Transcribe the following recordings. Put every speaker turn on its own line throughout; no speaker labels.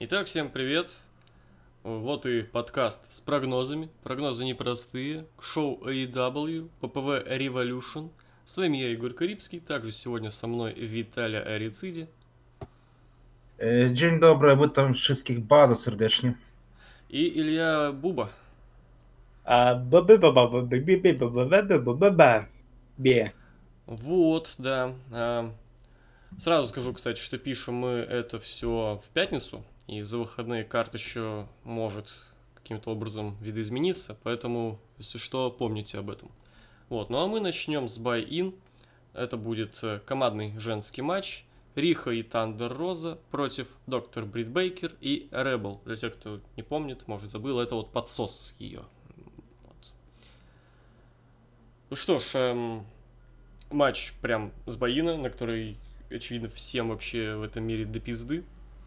Итак, всем привет. Вот и подкаст с прогнозами. Прогнозы непростые. Шоу AEW, ППВ Revolution. С вами я, Игорь Карибский. Также сегодня со мной Виталя Арициди
Dzień dobry, witam wszystkich bardzo serdecznie.
и Илья Буба.
Бе.
Вот, да. Сразу скажу, кстати, что пишем мы это все в пятницу, и за выходные карт еще может каким-то образом видоизмениться, поэтому, если что, помните об этом. Вот, ну а мы начнем с Buy-In. Это будет командный женский матч. Риха и Тандер Роза против Доктор Брит Бейкер и Ребел. Для тех, кто не помнит, может забыл, это вот подсос ее. Вот. Ну что ж, матч прям с Баина, на который, очевидно, всем вообще в этом мире до пизды.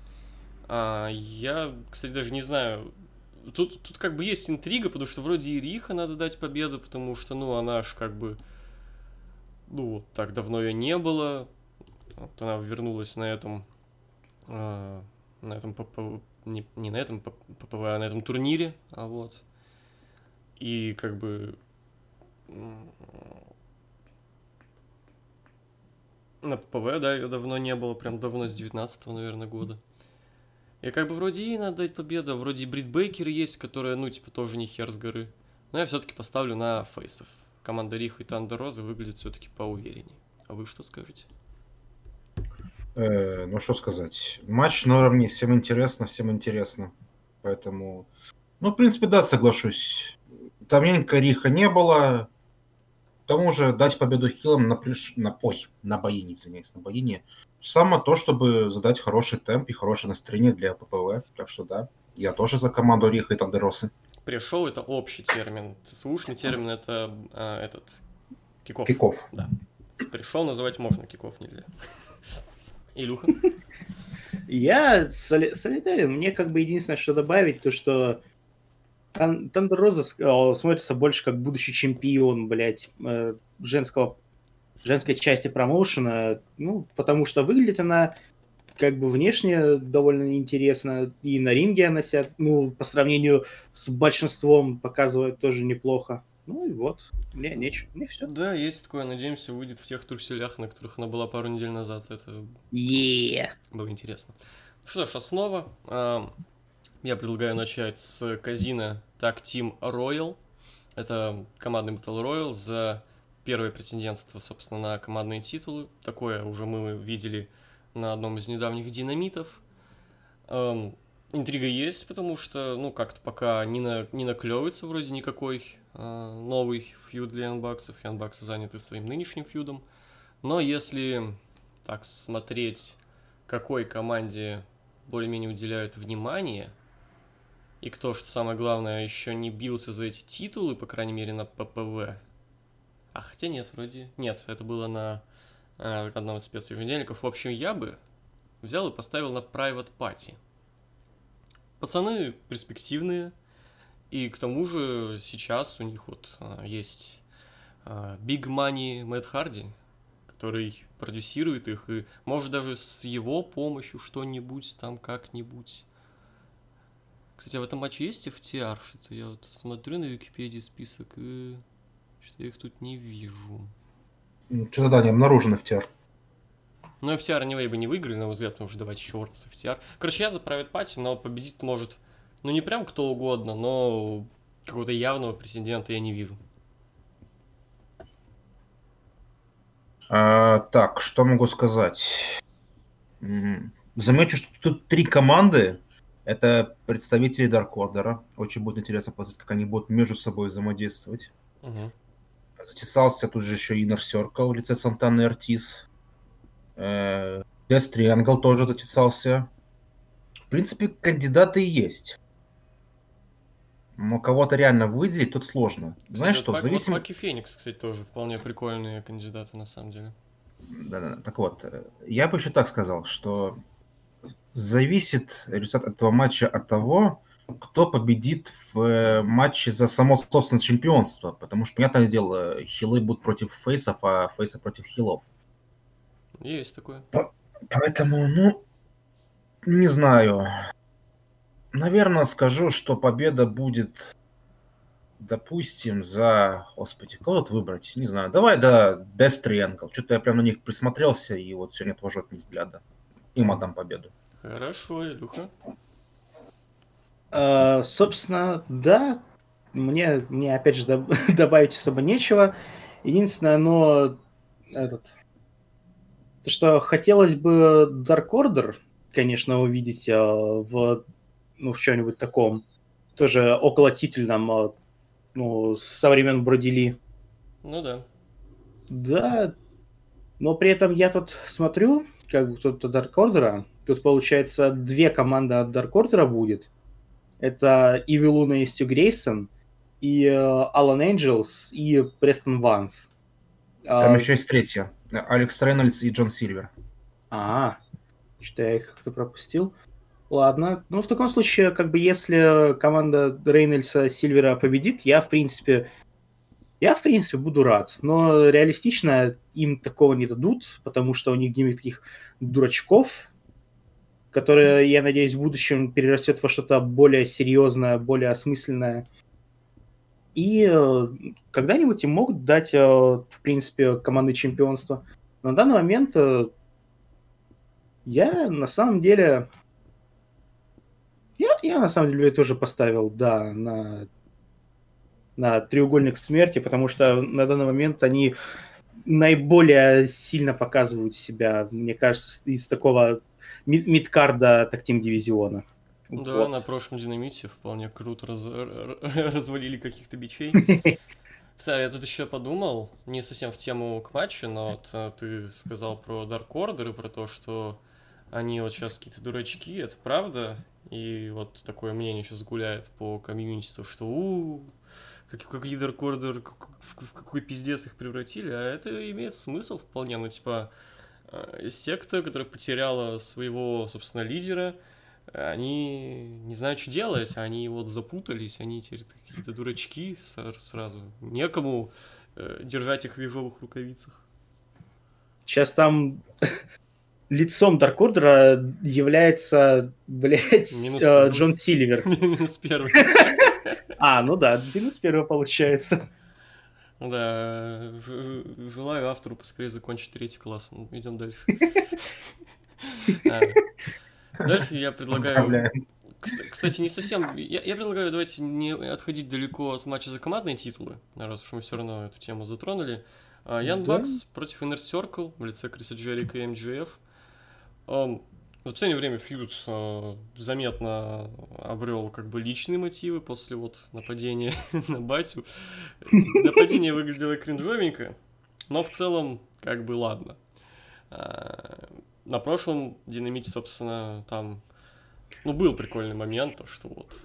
Я, кстати, даже не знаю. Тут как бы есть интрига, потому что вроде и Риха надо дать победу, потому что, ну, она ж как бы... Ну, так давно ее не было. Вот она вернулась на этом ППВ, не на этом ППВ, а на этом турнире, вот. И как бы на ППВ, да, ее давно не было, прям давно, с 19-го, наверное, года. И как бы вроде ей надо дать победу, а вроде и Брит Бейкер есть, которая, ну, типа, тоже не хер с горы. Но я все-таки поставлю на фейсов. Команда Риха и Тандер Роза выглядит все-таки поувереннее. А вы что скажете?
Ну, что сказать. Матч на уровне, всем интересно. Поэтому, ну, в принципе, да, соглашусь. Давненько Риха не было. К тому же дать победу хилам на Баине, извиняюсь, на Баине. Самое то, чтобы задать хороший темп и хорошее настроение для ППВ. Так что да, я тоже за команду Риха и Тандеросы.
Пришел это общий термин. ЦСУшный термин это этот киков.
Киков.
Да. Пришел называть можно, киков нельзя. Илюха?
Я солидарен. Мне как бы единственное, что добавить, то что Тандер Роза смотрится больше как будущий чемпион, блядь, женской части промоушена. Ну, потому что выглядит она как бы внешне довольно интересно. И на ринге она себя, ну, по сравнению с большинством показывает тоже неплохо. Ну и вот. Мне нечего. Мне все.
Да, есть такое. Надеемся, выйдет в тех труселях, на которых она была пару недель назад. Это было интересно. Что ж, основа. Я предлагаю начать с Казино Tag Team Royal. Это командный Battle Royal за первое претендентство, собственно, на командные титулы. Такое уже мы видели на одном из недавних динамитов. Интрига есть, потому что, ну, как-то пока не наклевывается вроде никакой новый фьюд для янбаксов. Янбаксы заняты своим нынешним фьюдом. Но если так смотреть, какой команде более-менее уделяют внимание, и кто, что самое главное, еще не бился за эти титулы, по крайней мере, на ППВ. А хотя нет, вроде... Нет, это было на одном из спецеженедельников. В общем, я бы взял и поставил на Private Party. Пацаны перспективные, и к тому же сейчас у них вот есть Big Money Мэтт Харди, который продюсирует их, и может даже с его помощью что-нибудь там как-нибудь. Кстати, а в этом матче есть FTR? Что-то я вот смотрю на Википедии список, и что-то я их тут не вижу.
Что-то да, не обнаружено FTR.
Ну, FTR anyway бы не выиграли, на мой взгляд, потому что давайте еще раз FTR. Короче, я за Private Party, но победить может, ну, не прям кто угодно, но какого-то явного претендента я не вижу.
Так, что могу сказать? Замечу, что тут 3 команды. Это представители Dark Order. Очень будет интересно посмотреть, как они будут между собой взаимодействовать.
Угу.
Затесался тут же еще Inner Circle в лице Сантаны и Ортис. Death Triangle тоже затесался. В принципе, кандидаты есть. Но кого-то реально выделить тут сложно.
Кстати,
Знаешь
вот
что,
вот Паки Феникс, кстати, тоже вполне прикольные кандидаты, на самом деле.
Да. Так вот, я бы еще так сказал, что зависит результат этого матча от того, кто победит в матче за само, собственно, чемпионство. Потому что, понятное дело, хилы будут против фейсов, а фейсы против хилов.
Есть такое.
Поэтому, ну, не знаю. Наверное, скажу, что победа будет, допустим, за... Господи, кого тут выбрать? Не знаю. Давай, да, Death Triangle. Что-то я прям на них присмотрелся, и вот сегодня отвожу от них взгляда. Им отдам победу.
Хорошо, Илюха.
Собственно, да, мне опять же добавить особо нечего. Единственное, то, что хотелось бы Dark Order, конечно, увидеть в чем-нибудь таком, тоже околотитульном, со времен Бродили.
Ну да.
Да, но при этом я тут смотрю, как бы тут Dark Order, тут получается 2 команды от Dark Order будет. Это Evil Luna и Stu Grayson, и Alan Angels, и Престон Ванс.
Там еще есть третья. Алекс Рейнольдс и Джон Сильвер.
Что-то я их как-то пропустил. Ладно. Ну, в таком случае, как бы, если команда Рейнольдса Сильвера победит, я, в принципе, буду рад. Но реалистично им такого не дадут, потому что у них нет таких дурачков, которые, я надеюсь, в будущем перерастет во что-то более серьезное, более осмысленное. И когда-нибудь им могут дать, в принципе, команды чемпионства. На данный момент я на самом деле тоже поставил, да, на треугольник смерти, потому что на данный момент они наиболее сильно показывают себя, мне кажется, из такого мидкарда тактим дивизиона.
Да,
Вот.
на прошлом Динамите вполне круто развалили каких-то бичей. Кстати, я тут еще подумал, не совсем в тему к матчу, но вот ты сказал про Dark Order и про то, что они вот сейчас какие-то дурачки, это правда? И вот такое мнение сейчас гуляет по комьюнити, что какие Dark Order, в какой пиздец их превратили, а это имеет смысл вполне, ну типа секта, которая потеряла своего, собственно, лидера, они не знают, что делать, они вот запутались, они теперь какие-то дурачки сразу. Некому держать их в ежовых рукавицах.
Сейчас там лицом Dark Order является, блядь, Джон Сильвер.
Минус первый.
Ну да, минус первый получается.
Да, желаю автору поскорее закончить 3 класс. Идем дальше. Дальше я предлагаю... Кстати, не совсем... Я предлагаю, давайте не отходить далеко от матча за командные титулы, раз уж мы все равно эту тему затронули. Young Bucks против Inner Circle в лице Криса Джерика и MJF. За последнее время фьюд заметно обрел как бы личные мотивы после вот нападения на батю. Нападение выглядело кринжовенько, но в целом как бы ладно. На прошлом Динамите, собственно, там был прикольный момент, то что вот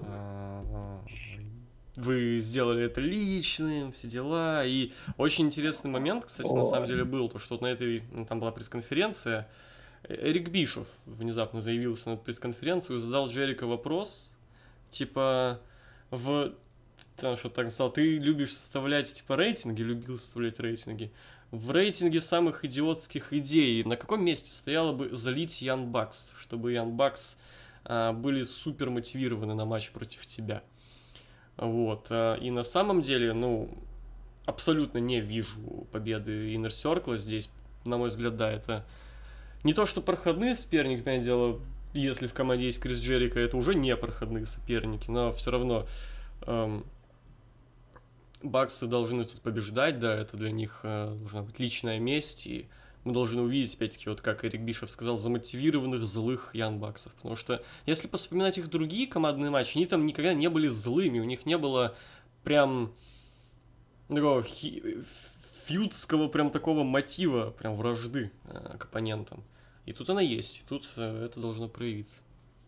вы сделали это личным, все дела. И очень интересный момент, кстати, на самом деле был, то что вот там была пресс-конференция. Эрик Бишоф внезапно заявился на пресс-конференцию и задал Джерико вопрос, типа, что так сказал, ты любишь составлять, типа, рейтинги, любил составлять рейтинги. В рейтинге самых идиотских идей на каком месте стояло бы залить Young Bucks, чтобы Young Bucks были супер мотивированы на матч против тебя? Вот. И на самом деле, абсолютно не вижу победы Inner Circle здесь. На мой взгляд, да, это не то, что проходные соперники, понятное дело, если в команде есть Крис Джерико, это уже не проходные соперники, но все равно Баксы должны тут побеждать, да, это для них должна быть личная месть, и мы должны увидеть, опять-таки, вот как Эрик Бишоф сказал, замотивированных злых Young Баксов, потому что если вспоминать их другие командные матчи, они там никогда не были злыми, у них не было прям такого фьюдского прям такого мотива, прям вражды к оппонентам. И тут она есть, и тут это должно проявиться.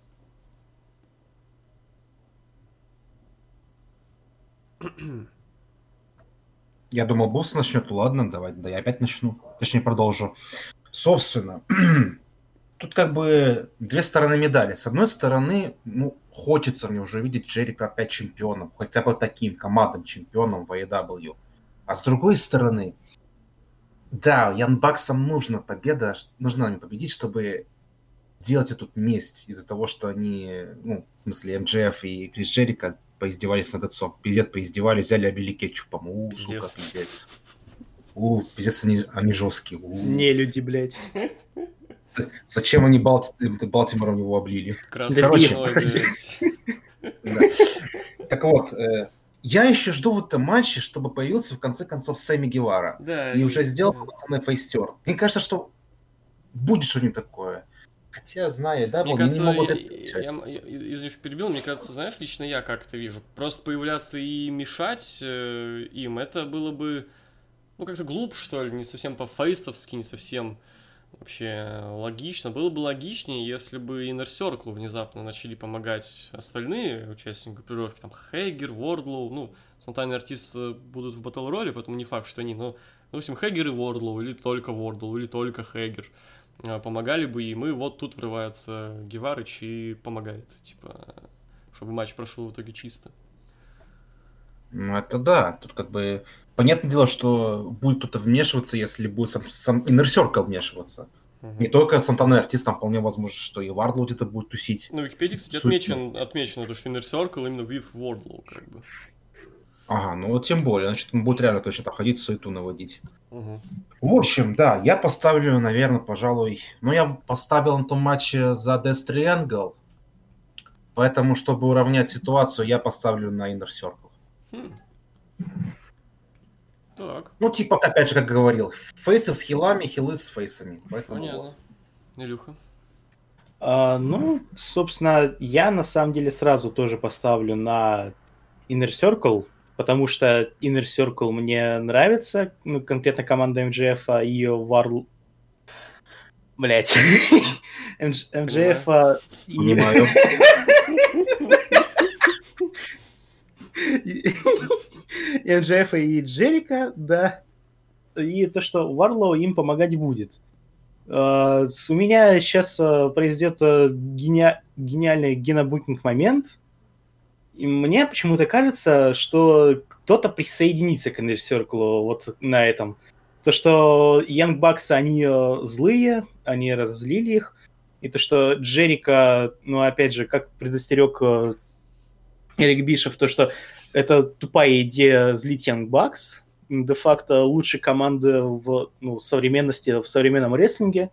Я думал, босс начнет, ладно, давай, да я опять начну, точнее продолжу. Собственно, тут как бы 2 стороны медали. С одной стороны, хочется мне уже видеть Джерика опять чемпионом, хотя бы таким командным чемпионом в AEW. А с другой стороны, да, Young Bucks'ам нужна победа, нужно им победить, чтобы сделать эту месть из-за того, что они, ну, в смысле, МДФ и Крис Джерико поиздевались над отцом. Пиздец, поиздевали, взяли, обили кетчупом. Сука,
Пиздец.
пиздец. Пиздец, они жесткие.
Не люди, блядь.
Зачем они Балтимором его облили?
Красной
Короче,
ценой, блядь.
Да. Так вот, я еще жду в этом матче, чтобы появился в конце концов Сэмми Гевара.
Да,
И уже сделал
да.
полноценный фейстер. Мне кажется, что будет что-нибудь такое. Хотя, зная, да,
Мне
они
кажется,
не могут это
извини, что перебил, мне кажется, знаешь, лично я как это вижу. Просто появляться и мешать им, это было бы, ну, как-то глупо, что ли, не совсем по-фейсовски, не совсем вообще логично. Было бы логичнее, если бы Inner Circle внезапно начали помогать остальные участники группировки, там, Хейгер, Вордлоу, ну, Сантайны артисты будут в батл-роле, поэтому не факт, что они, но, допустим, Хейгер и Вордлоу, или только Вордлоу, или только Хейгер помогали бы им, и вот тут врывается Геварыч и помогает, типа, чтобы матч прошел в итоге чисто.
Ну, это да. Тут как бы понятное дело, что будет кто-то вмешиваться, если будет сам Inner Circle вмешиваться. Не только Сантана артист, там вполне возможно, что и Вардлоу где-то будет тусить.
Ну, в Википедии, кстати, отмечено, то, что Inner Circle именно with Wardlow, как бы.
Ага, ну вот тем более, значит, он будет реально точно там ходить, суету наводить.
Угу.
В общем, да, я поставлю, наверное, пожалуй... Ну, я поставил на том матче за Death Triangle, поэтому, чтобы уравнять ситуацию, я поставлю на Inner Circle.
Так.
Ну, типа, опять же, как говорил, фейсы с хилами, хилы с фейсами. Поэтому...
Понятно. Илюха?
Ну, собственно, я на самом деле сразу тоже поставлю на Inner Circle, потому что Inner Circle мне нравится, ну, конкретно команда МДФ и Варл... Блять. МДФ и...
Понимаю.
МДФ и Джерика, да. И то, что Варлоу им помогать будет. У меня сейчас произойдет гениальный генобукинг момент. И мне почему-то кажется, что кто-то присоединится к Inner Circle вот на этом. То, что Young Bucks, они злые, они разозлили их. И то, что Джерика, ну, опять же, как предостерег Эрик Бишев, то, что это тупая идея злить Young Bucks. Де-факто лучшей команды в современности, в современном рестлинге.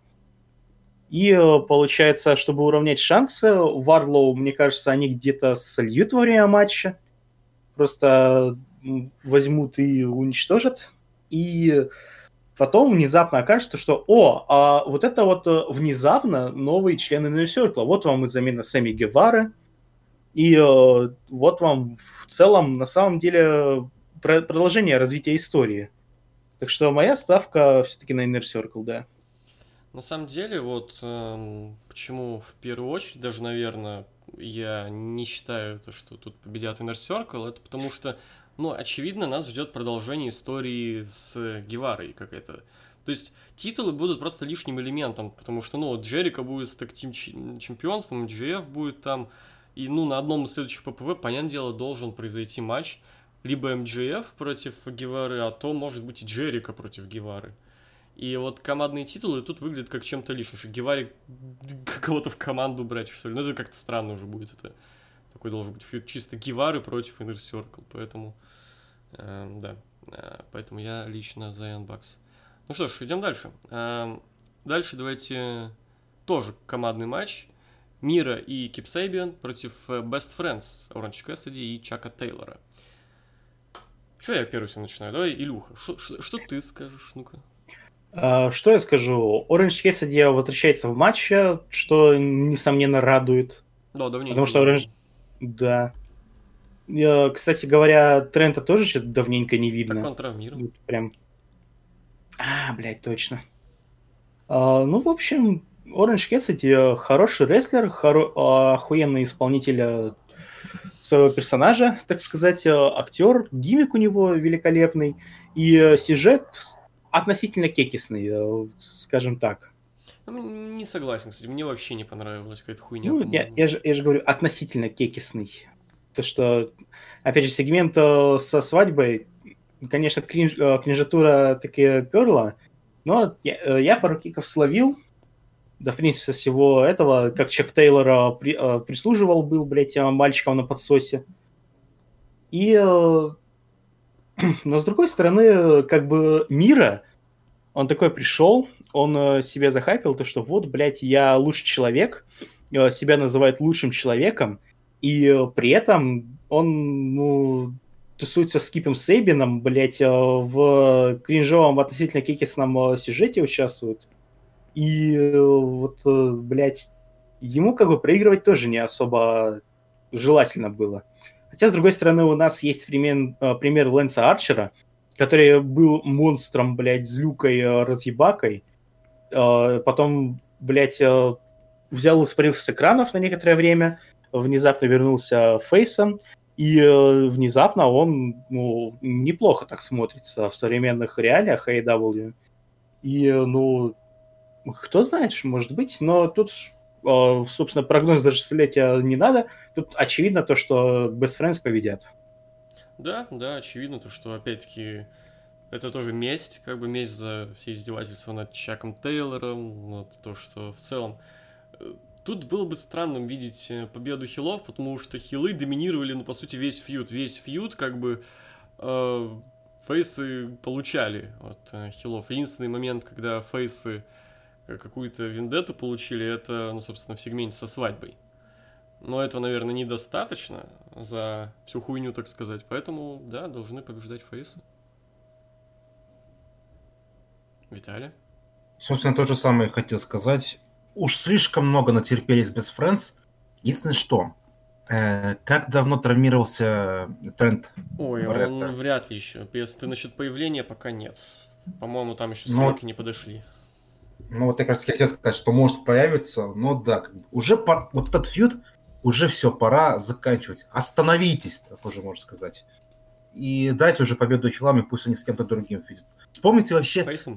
И получается, чтобы уравнять шансы, Варлоу, мне кажется, они где-то сольют во время матча. Просто возьмут и уничтожат. И потом внезапно окажется, что а вот это вот внезапно новые члены Inner Circle. Вот вам и замена Сэмми Гевары. И вот вам в целом, на самом деле, продолжение развития истории. Так что моя ставка все-таки на Inner Circle, да.
На самом деле, вот почему в первую очередь даже, наверное, я не считаю то, что тут победят Inner Circle, это потому что, ну, очевидно, нас ждет продолжение истории с Геварой какая-то. То есть титулы будут просто лишним элементом, потому что, ну, вот Джерико будет с таг-тим чемпионством, MJF будет там, и, ну, на одном из следующих ППВ, понятное дело, должен произойти матч либо MJF против Гевары, а то, может быть, и Джерико против Гевары. И вот командные титулы тут выглядят как чем-то лишним, что Геваре кого-то в команду брать, что ли. Ну, это как-то странно уже будет. Это такой должен быть фьюд чисто Гевары против Inner Circle. Поэтому, да. Поэтому я лично за Young Bucks. Ну что ж, идем дальше. Дальше давайте тоже командный матч. Мира и Кип Сейбиан против Best Friends, Оранж Кэссиди и Чака Тейлора. Что я первый все начинаю? Давай, Илюха, что ты скажешь? Ну-ка.
Что я скажу? Оранж Кэссиди возвращается в матч, что, несомненно, радует.
Да, давненько.
Потому что Оранж... Да. Кстати говоря, Трента тоже что-то давненько не видно.
Так он травмирован.
Прям... блядь, точно. Ну, в общем, Оранж Кэссиди хороший рестлер, охуенный исполнитель своего персонажа, так сказать, актер, гиммик у него великолепный, и сюжет относительно кекисный, скажем так.
Не согласен, кстати, мне вообще не понравилась какая-то хуйня.
Ну, я же говорю, относительно кекисный. То, что, опять же, сегмент со свадьбой, конечно, кринжатура таки перла, но я пару киков словил, да, в принципе, всего этого, как Чак Тейлор прислуживал, был, блядь, мальчиком на подсосе. И, но с другой стороны, как бы Мира, он такой пришел, он себе захайпил, то, что вот, блядь, я лучший человек, себя называет лучшим человеком, и при этом он, ну, тусуется с Кипом Сейбином, блядь, в кринжовом относительно кекисном сюжете участвует. И вот, блядь, ему как бы проигрывать тоже не особо желательно было. Хотя, с другой стороны, у нас есть пример Лэнса Арчера, который был монстром, блядь, злюкой, разъебакой. Потом, блядь, взял и испарился с экранов на некоторое время, внезапно вернулся фейсом, и внезапно он, ну, неплохо так смотрится в современных реалиях AEW. И, ну, кто знает, что может быть, но тут, собственно, прогноз даже составлять не надо. Тут очевидно то, что Best Friends победят.
Да, очевидно, то, что, опять-таки, это тоже месть, как бы месть за все издевательства над Чаком Тейлором, над то, что в целом... Тут было бы странным видеть победу хилов, потому что хилы доминировали, ну, по сути, весь фьюд. Весь фьюд, как бы, фейсы получали от хилов. Единственный момент, когда фейсы какую-то вендетту получили, это, ну, собственно, в сегменте со свадьбой. Но этого, наверное, недостаточно за всю хуйню, так сказать. Поэтому, да, должны побеждать фейсы. Виталий?
Собственно, то же самое хотел сказать. Уж слишком много натерпелись Best Friends. Единственное, что как давно травмировался Трент
Ой,
Барретта?
он вряд ли еще. Если ты насчет появления, пока нет. По-моему, там еще
Но,
сроки не подошли.
ну вот я как раз хотел сказать, что может появиться, но да, как бы уже вот этот фьюд, уже все, пора заканчивать. Остановитесь, так уже можно сказать. И дайте уже победу хилам, и пусть они с кем-то другим фьюдят. Вспомните вообще...
Фейсом?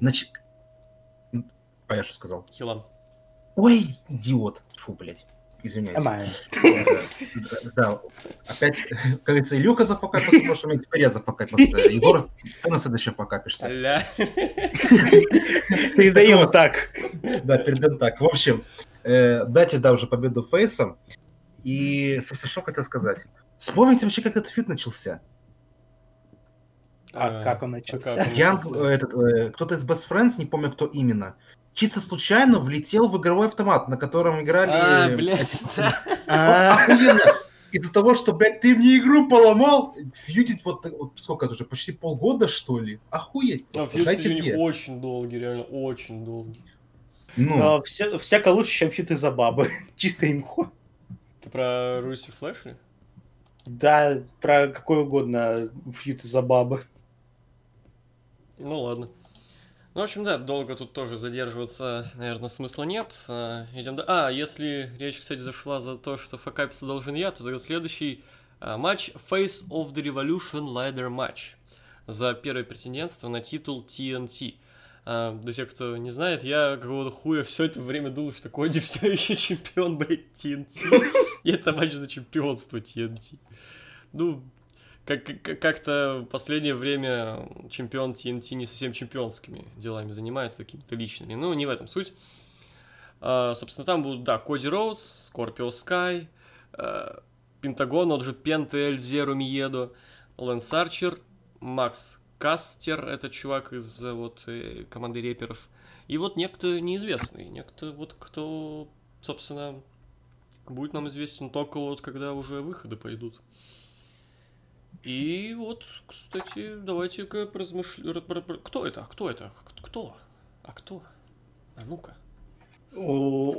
А я что сказал?
Хилам.
Ой, идиот. Фу, блядь. Извиняюсь.
Нормально.
Да. Опять, как говорится, Илюха зафакапился в прошлом, и теперь я зафакапился. Егор, ты на следующем факапишься.
Аля.
Передаем так.
Да, передаем так. В общем, дайте, да, уже победу фейсом. И, собственно, что хотел сказать. Вспомните вообще, как этот фьюд начался.
А как он начался?
Кто-то из Best Friends, не помню, кто именно, чисто случайно влетел в игровой автомат, на котором играли...
Блядь.
Охуенно! Из-за того, что, блядь, ты мне игру поломал, фьюдит вот сколько это уже, почти полгода, что ли? Охуеть просто, дайте
фьюд у них
две.
очень долгий, реально очень долгий.
Ну,
Всяко лучше, чем фьюд из-за бабы. Чисто имхо.
Ты про Руси Флэшли?
Да, про какой угодно фьюд из-за бабы.
Ну ладно. Ну, в общем, да, долго тут тоже задерживаться, наверное, смысла нет. Идем дальше. Если речь, кстати, зашла за то, что факапиться должен я, то тогда следующий матч Face of the Revolution Ladder Match за первое претендентство на титул TNT. Для тех, кто не знает, я какого-то хуя все это время думал, что Коди все еще чемпион, блядь, TNT. И это матч за чемпионство TNT. Ну, как-то в последнее время чемпион TNT не совсем чемпионскими делами занимается, какими-то личными. Ну, не в этом суть. Собственно, там будут, да, Коди Роудс, Скорпио Скай, Пентагон, он же Пента Эль Зеро Миедо, Лэнс Арчер, Макс Кастер, это чувак из вот команды реперов. И вот некто неизвестный, некто вот кто, собственно, будет нам известен только вот когда уже выходы пойдут. И вот, кстати, давайте-ка поразмышляем. Кто это? Кто это? Кто? А кто? А ну-ка.
У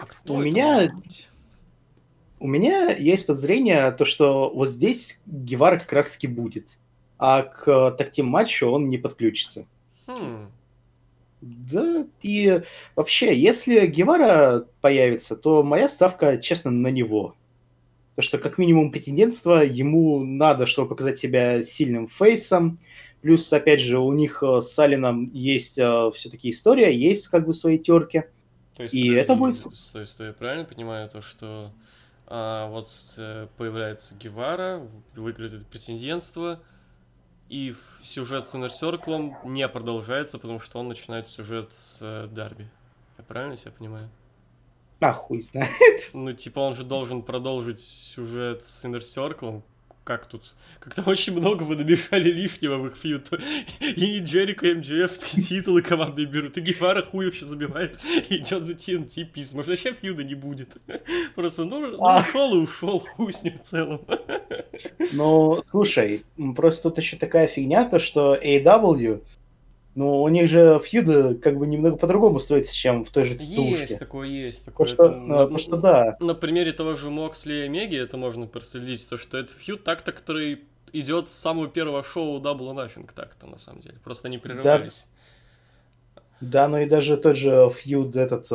меня есть подозрение, то, что вот здесь Гевара как раз-таки будет, а к таг-тим матчу он не подключится. Да, и вообще, если Гевара появится, то моя ставка, честно, на него. Потому что, как минимум, претендентство ему надо, чтобы показать себя сильным фейсом. Плюс, опять же, у них с Салином есть все-таки история, есть как бы свои терки.
То есть,
и это будет...
То есть, я правильно понимаю то, что вот появляется Гевара, выиграет это претендентство, и сюжет с Inner Circle не продолжается, потому что он начинает сюжет с Дарби. Я правильно себя понимаю?
А, хуй знает.
Ну, типа, он же должен продолжить сюжет с Inner Circle. Как тут? Как-то очень много вы намешали лишнего в их фьюд. И Джерико, и МДФ титулы командные берут, и Гевара хуй вообще забивает, и идет за TNT пиздец. Может, вообще фьюда не будет. Просто, ну ушел и ушел, хуй с ним в целом.
Ну, слушай, просто тут еще такая фигня, то что AEW, ну, у них же фьюды как бы немного по-другому строятся, чем в той же ЦЦУшке.
Есть такое.
То, что да.
На примере того же Моксли и Омеги это можно проследить, то что это фьюд так-то, который идет с самого первого шоу Double or Nothing так-то, на самом деле. Просто они прерывались.
Да, ну и даже тот же фьюд этот...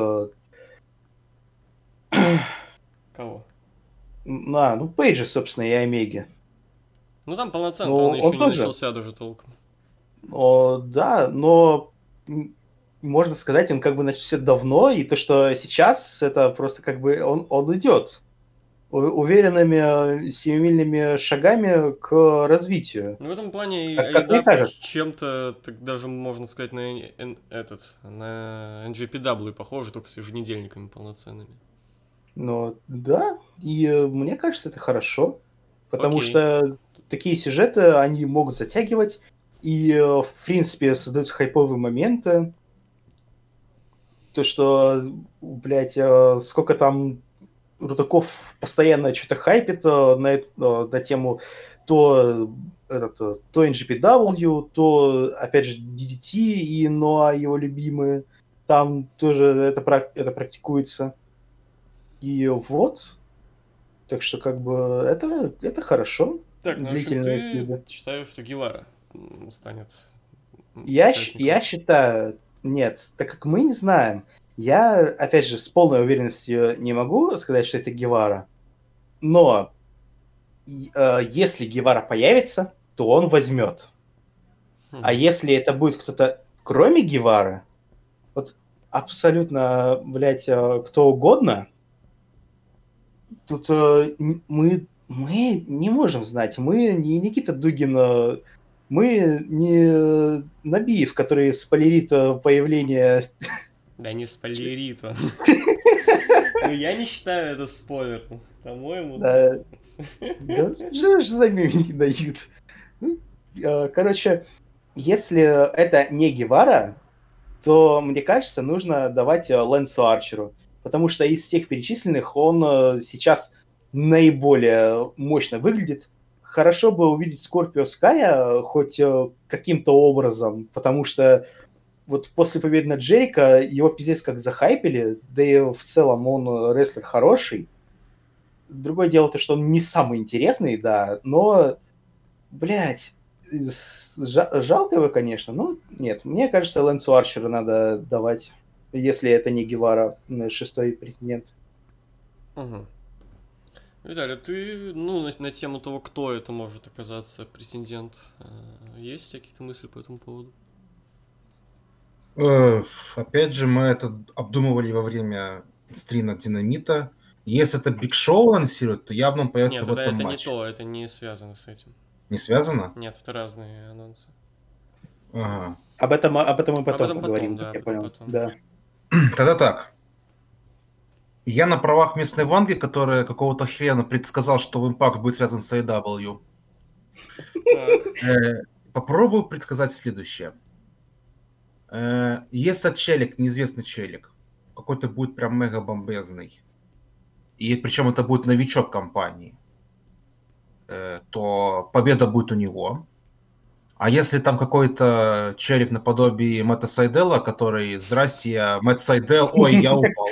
Кого?
Ну, Пейджи, собственно, и Омеги.
Ну там полноценно,
Ну,
он еще
он
не
тоже.
начался даже толком.
Да, но можно сказать, он как бы начался давно, и то, что сейчас, это просто как бы он идет уверенными семимильными шагами к развитию.
Ну в этом плане
Как мне
AEW
кажется.
чем-то, так даже можно сказать, на NJPW похоже, только с еженедельниками полноценными.
Ну, да, и мне кажется, это хорошо, потому
Окей.
что такие сюжеты, они могут затягивать, и, в принципе, создаются хайповые моменты. То, что, блядь, сколько там Рудаков постоянно что-то хайпит на тему то NGPW, то, опять же, DDT и Ноа, его любимые. Там тоже это практикуется. И вот. Так что, как бы, это хорошо.
Так, ну в общем,
Длительные
ты
фьюды.
считаешь, что Гевара станет
Я
участником?
считаю, нет, так как мы не знаем, я, опять же, с полной уверенностью не могу сказать, что это Гевара, но если Гевара появится, то он возьмет. А если это будет кто-то кроме Гевары, вот абсолютно, блядь, кто угодно, тут мы не можем знать. Мы не Никита Дугин, мы не Набиев, который спойлерит появление...
Да не спойлерит он. Ну я не считаю это спойлером. По-моему...
Да же замени не дают. Короче, если это не Гевара, то, мне кажется, нужно давать Лэнсу Арчеру. Потому что из всех перечисленных он сейчас наиболее мощно выглядит. Хорошо бы увидеть Скорпио Ская хоть каким-то образом, потому что вот после победы над Джерико его пиздец как захайпили, да и в целом он рестлер хороший. Другое дело то, что он не самый интересный, да, но, блядь, жалко его, конечно, но нет, мне кажется, Лэнсу Арчеру надо давать, если это не Гевара, шестой претендент.
Угу. Виталий, ты, ну, на тему того, кто это может оказаться претендент, есть какие-то мысли по этому поводу?
Опять же, мы это обдумывали во время стрима Динамита. Если это Биг Шоу анонсирует, то явно он появится
Нет,
в этом
это не
матче.
то, это не связано с этим.
Не связано?
Нет, это разные анонсы.
Ага.
Об этом мы потом
потом,
поговорим,
да,
как я
потом
понял.
потом.
Да.
Тогда так. Я на правах местной Ванги, которая какого-то хрена предсказал, что Impact будет связан с AEW. Попробую предсказать следующее. Если челик, неизвестный челик, какой-то будет прям мега бомбезный, и причем это будет новичок компании, то победа будет у него. А если там какой-то челик наподобие Мэтта Сайдела, который, здрасте, я Мэтт Сайдел, ой, я упал,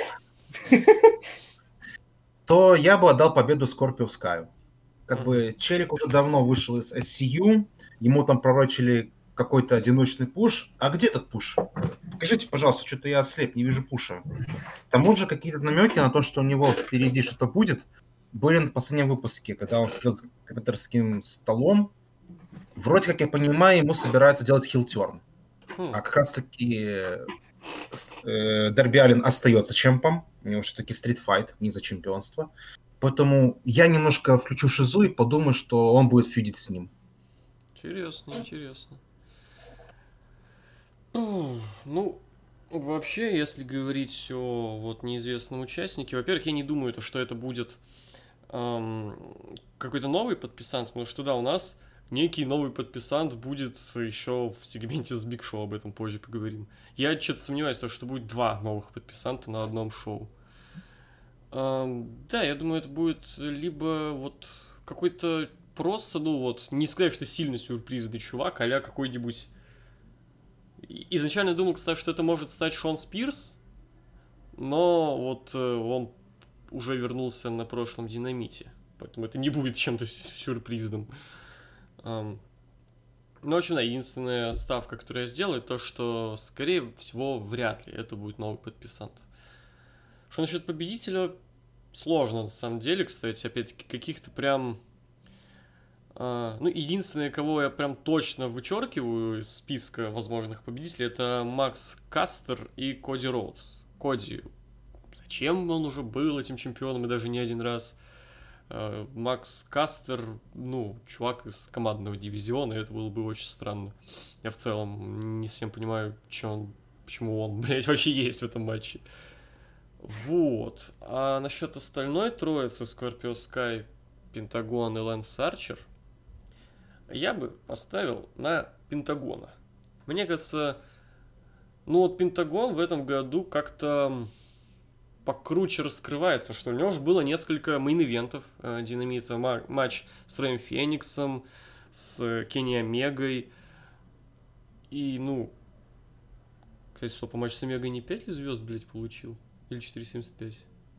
то я бы отдал победу Скорпио Скаю. Как бы челик уже давно вышел из SCU, ему там пророчили какой-то одиночный пуш. А где этот пуш? Покажите, пожалуйста, что-то я ослеп, не вижу пуша. К тому же какие-то намеки на то, что у него впереди что-то будет, были на последнем выпуске, когда он сидел за компьютерским столом. Вроде как я понимаю, ему собираются делать хилтерн. А как раз-таки Дерби Аллен остается чемпом. У него все-таки стритфайт, не за чемпионство. Поэтому я немножко включу шизу и подумаю, что он будет фьюдить с ним.
Интересно. Ну, Вообще, если говорить о вот неизвестном участнике, во-первых, я не думаю, что это будет ам, какой-то новый подписант, потому что да, у нас некий новый подписант будет еще в сегменте с Биг Шоу, об этом позже поговорим. Я что-то сомневаюсь, что будет два новых подписанта на одном шоу. Да, я думаю, это будет либо вот какой-то просто, ну вот, не сказать, что сильно сюрпризный чувак, а-ля какой-нибудь... Изначально думал, кстати, что это может стать Шон Спирс, но вот он уже вернулся на прошлом Динамите, поэтому это не будет чем-то сюрпризным. Ну, в общем, да, единственная ставка, которую я сделаю, то, что, скорее всего, вряд ли это будет новый подписант. Что насчет победителя? Сложно, на самом деле, кстати, опять-таки, каких-то прям... Ну, единственное, кого я прям точно вычеркиваю из списка возможных победителей, это Макс Кастер и Коди Роудс. Коди, зачем он уже был этим чемпионом, и даже не один раз? Макс Кастер, ну, чувак из командного дивизиона, и это было бы очень странно. Я в целом не совсем понимаю, почему он, блядь, вообще есть в этом матче. Вот. А насчет остальной троицы, Скорпио Скай, Пентагон и Лэнс Арчер, я бы поставил на Пентагона. Мне кажется, ну вот Пентагон в этом году как-то покруче раскрывается, что ли. У него же было несколько мейн-ивентов Динамита. Матч с Рэем Фениксом, с Кенни Омегой. И, ну... Кстати, стоп, матч с Омегой не 5 ли звезд, блядь, получил? Или 4,75?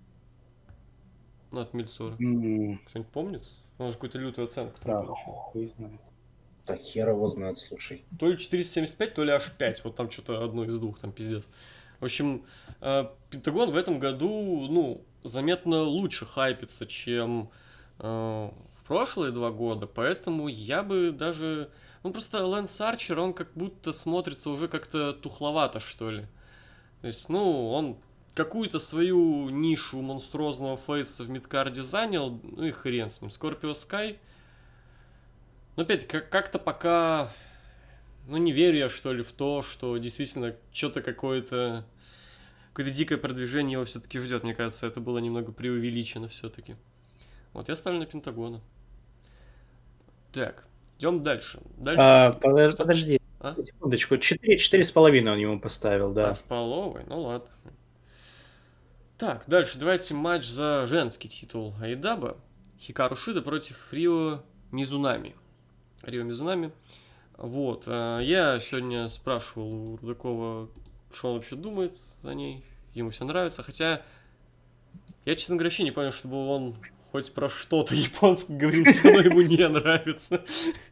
Ну, от Мельцора. Кто-нибудь помнит? Он же какую-то лютую оценку там получил.
Хуй знает.
Да хер его знает, слушай.
То ли 475, то ли аж 5. Вот там что-то одно из двух, там пиздец. В общем, Пентагон в этом году, ну, заметно лучше хайпится, чем в прошлые 2 года. Поэтому я бы даже... Ну, просто Лэнс Арчер, он как будто смотрится уже как-то тухловато, что ли. То есть, ну, он какую-то свою нишу монструозного фейса в мидкарде занял, ну и хрен с ним. Скорпио Скай... Но опять, как-то пока, ну, не верю я, что ли, в то, что действительно что-то какое-то дикое продвижение его все-таки ждет. Мне кажется, это было немного преувеличено все-таки. Вот, я ставлю на Пентагона. Так, идем дальше.
Подожди, секундочку. 4,5 он ему поставил, да.
2,5, ну ладно. Так, дальше давайте матч за женский титул Айдаба. Хикару Шида против Рио Мизунами. Вот. Я сегодня спрашивал у Рудакова, что он вообще думает о ней. Ему все нравится. Хотя я, честно говоря, вообще не понял, чтобы он хоть про что-то японское говорил, что оно ему не нравится.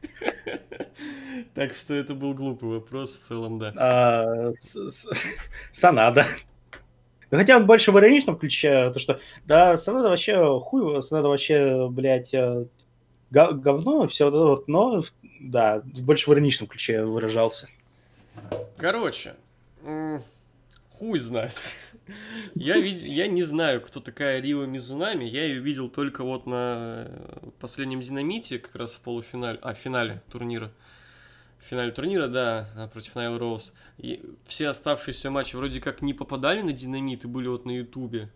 Так что это был глупый вопрос в целом, да.
Санада. Хотя он больше в ироничном ключе, то что, да, Санада вообще хуй, Санада вообще, блядь, говно, все вот, но, да, больше в ироничном ключе выражался.
Короче, хуй знает. Я не знаю, кто такая Рио Мизунами. Я ее видел только вот на последнем Динамите, как раз в полуфинале, в финале турнира. В финале турнира, да, против Найл Роуз. И все оставшиеся матчи вроде как не попадали на Динамит и были вот на Ютубе.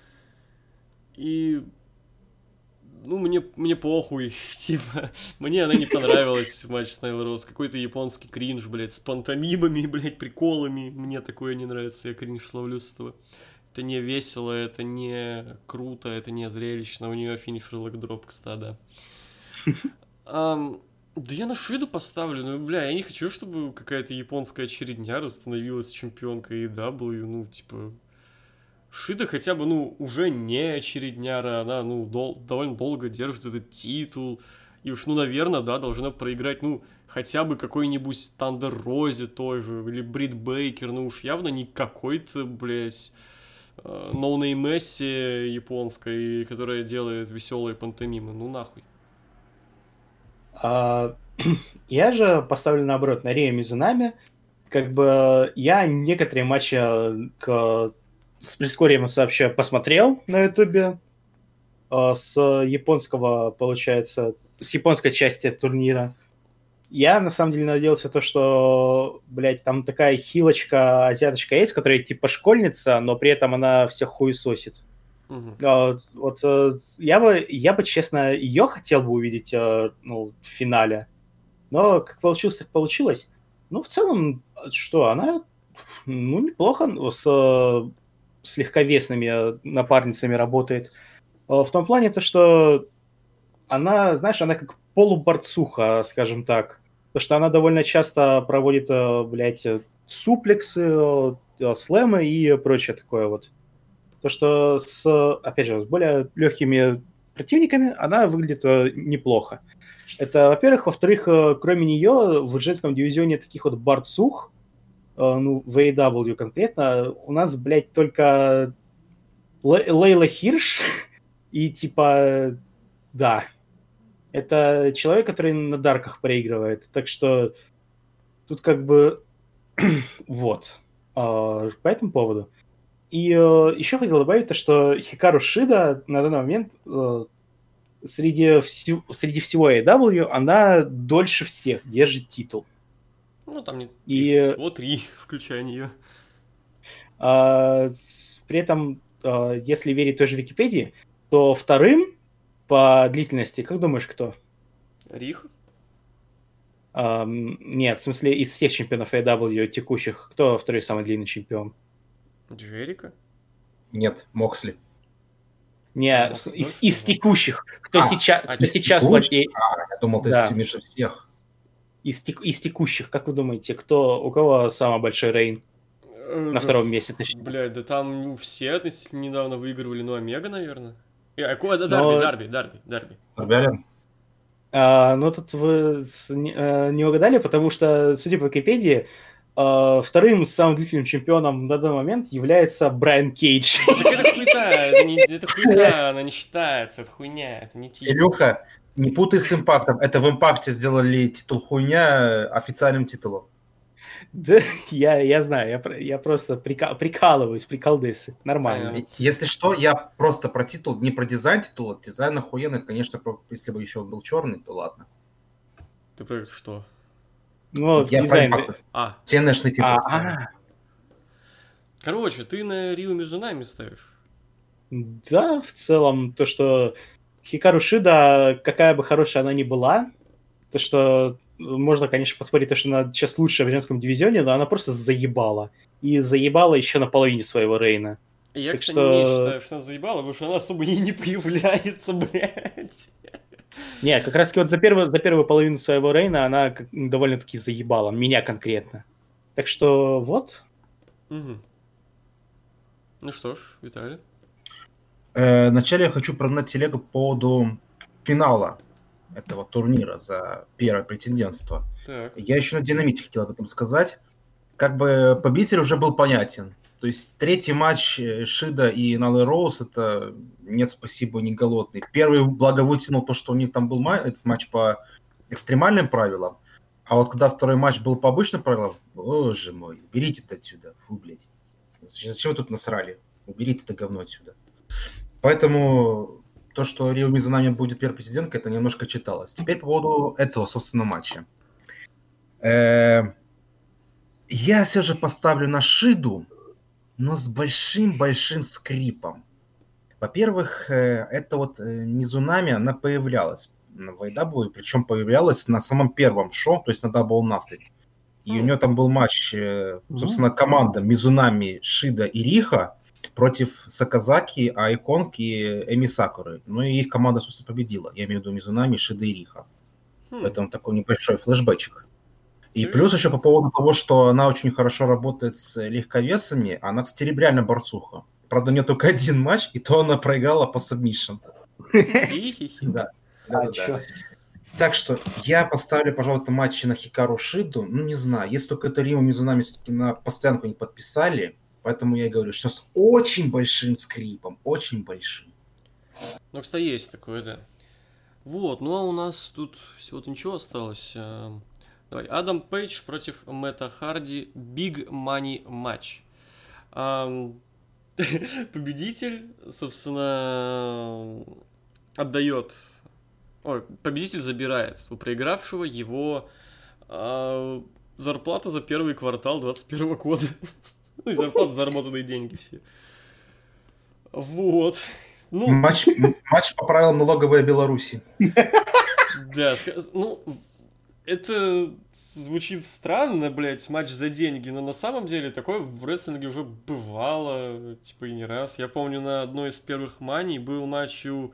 И... Ну, мне похуй, типа, мне она не понравилась, матч с Найл Роуз. Какой-то японский кринж, блядь, с пантомимами, блядь, приколами. Мне такое не нравится, я кринж словлю с этого. Это не весело, это не круто, это не зрелищно. У нее финишер лэгдроп, кстати, да. Да я на Шиду поставлю, ну, бля, я не хочу, чтобы какая-то японская очередняра становилась чемпионкой AEW, ну, типа... Шида хотя бы, ну, уже не очередняра, она, ну, довольно долго держит этот титул. И уж, ну, наверное, да, должна проиграть, ну, хотя бы какой-нибудь Тандер Розе той же, или Брит Бейкер, ну, уж явно не какой-то, блядь, ноунейм Месси японской, которая делает веселые пантомимы, ну, нахуй.
Я же поставлю, наоборот, на Рио Мизунами. Как бы я некоторые матчи с прискорением сообща посмотрел на Ютубе с японского, получается, с японской части турнира. Я, на самом деле, надеялся то, что, блядь, там такая хилочка, азиаточка есть, которая типа школьница, но при этом она все хуесосит.
Мгм.
Я бы, честно, ее хотел бы увидеть, в финале. Но как получилось, так получилось. Ну, в целом, что, она, неплохо с легковесными напарницами работает. В том плане, то, что она, знаешь, она как полуборцуха, скажем так. Потому что она довольно часто проводит, блядь, суплексы, слэмы и прочее такое вот. То, что опять же, с более легкими противниками она выглядит неплохо. Это, во-первых. Во-вторых, кроме нее в женском дивизионе таких вот борцух, в AEW конкретно, у нас, блядь, только Лейла Хирш и типа, да, это человек, который на дарках проигрывает. Так что тут как бы вот. По этому поводу. И еще хотел добавить то, что Хикару Шида на данный момент среди всего AEW она дольше всех держит титул.
Ну, там не
И
всего 3, включая нее.
при этом, если верить той же Википедии, то вторым по длительности, как думаешь, кто?
Рих?
Нет, в смысле, из всех чемпионов AEW текущих, кто второй самый длинный чемпион?
Джерика?
Нет, Моксли.
Не,
Моксли,
из текущих, кто
из
сейчас
текущих?
владеет.
Я думал, ты
Да.
между всех.
Из текущих, как вы думаете, у кого самый большой рейн? На втором месте, точнее.
Блядь, да там все относительно недавно выигрывали, ну, Омега, наверное.
Но-
Дарби.
Дарби Аллин?
Но тут вы не угадали, потому что, судя по Википедии, вторым самым длительным чемпионом на данный момент является Брайан Кейдж.
Так это хуйта, это хуйта, она не считается, это хуйня, это не титул.
Илюха, не путай с импактом. Это в импакте сделали титул хуйня официальным титулом.
Да, я знаю, я просто прикалываюсь, приколдесы. Нормально.
Понятно.
Если что, я просто про титул, не про дизайн титула. Дизайн охуенный, конечно, если бы еще он был черный, то ладно.
Ты про что?
Ну,
Я про
дизайн.
импакт.
А,
TNA-шный титул.
короче, ты на Рио Мизунами ставишь?
Да, в целом, то, что Хикару Шида, какая бы хорошая она ни была, то, что можно, конечно, поспорить, то, что она сейчас лучшая в женском дивизионе, но она просто заебала. И заебала еще на половине своего рейна.
Я,
Так
кстати,
что-
не считаю, что она заебала, потому что она особо и не появляется, блядь.
Не, как раз вот за первую половину своего рейна она довольно-таки заебала. Меня конкретно. Так что вот.
Мгм. Ну что ж, Виталий.
Вначале я хочу прогнать телегу по поводу финала этого турнира за первое претендентство.
Так.
Я еще на динамите хотел об этом сказать. Как бы победитель уже был понятен. То есть третий матч Шида и Налы Роуз — это нет, спасибо, не голодный. Первый, благо, вытянул то, что у них там был этот матч по экстремальным правилам. А вот когда второй матч был по обычным правилам, боже мой, уберите это отсюда. Фу, блядь. Зачем вы тут насрали? Уберите это говно отсюда. Поэтому то, что Рио Мизунами будет первой президенткой, это немножко читалось. Теперь по поводу этого, собственно, матча. Я все же поставлю на Шиду, но с большим-большим скрипом. Во-первых, это вот Мизунами, она появлялась в AEW, причем появлялась на самом первом шоу, то есть на Double Nothing. И у нее там был матч, собственно, команда Мизунами, Шида и Риха против Саказаки, Айконг и Эми Сакуры. Ну и их команда, собственно, победила. Я имею в виду Мизунами, Шида и Риха. Поэтому такой небольшой флешбэчик. И плюс еще по поводу того, что она очень хорошо работает с легковесами, она, кстати, реально борцуха. Правда, у нее только один матч, и то она проиграла по сабмишн.
Хи-хи-хи.
Да.
Чё?
Так что я поставлю, пожалуй, матчи на Хикару Шиду. Ну, не знаю, если только это Рио Мизунами все-таки на постоянку не подписали, поэтому я и говорю, что с очень большим скрипом, очень большим.
Ну, кстати, есть такое, да. Вот, ну а у нас тут всего-то ничего осталось. Давай, Адам Пейдж против Мэтта Харди. Big Money матч. Победитель, собственно, отдает... Ой, победитель забирает у проигравшего его А зарплата за первый квартал 21 года. Ну и зарплата, заработанные деньги все. Вот. Ну,
Матч по правилам налоговой Беларуси.
да, ну, это звучит странно, блядь, матч за деньги, но на самом деле такое в рестлинге уже бывало, типа, и не раз. Я помню, на одной из первых маний был матч у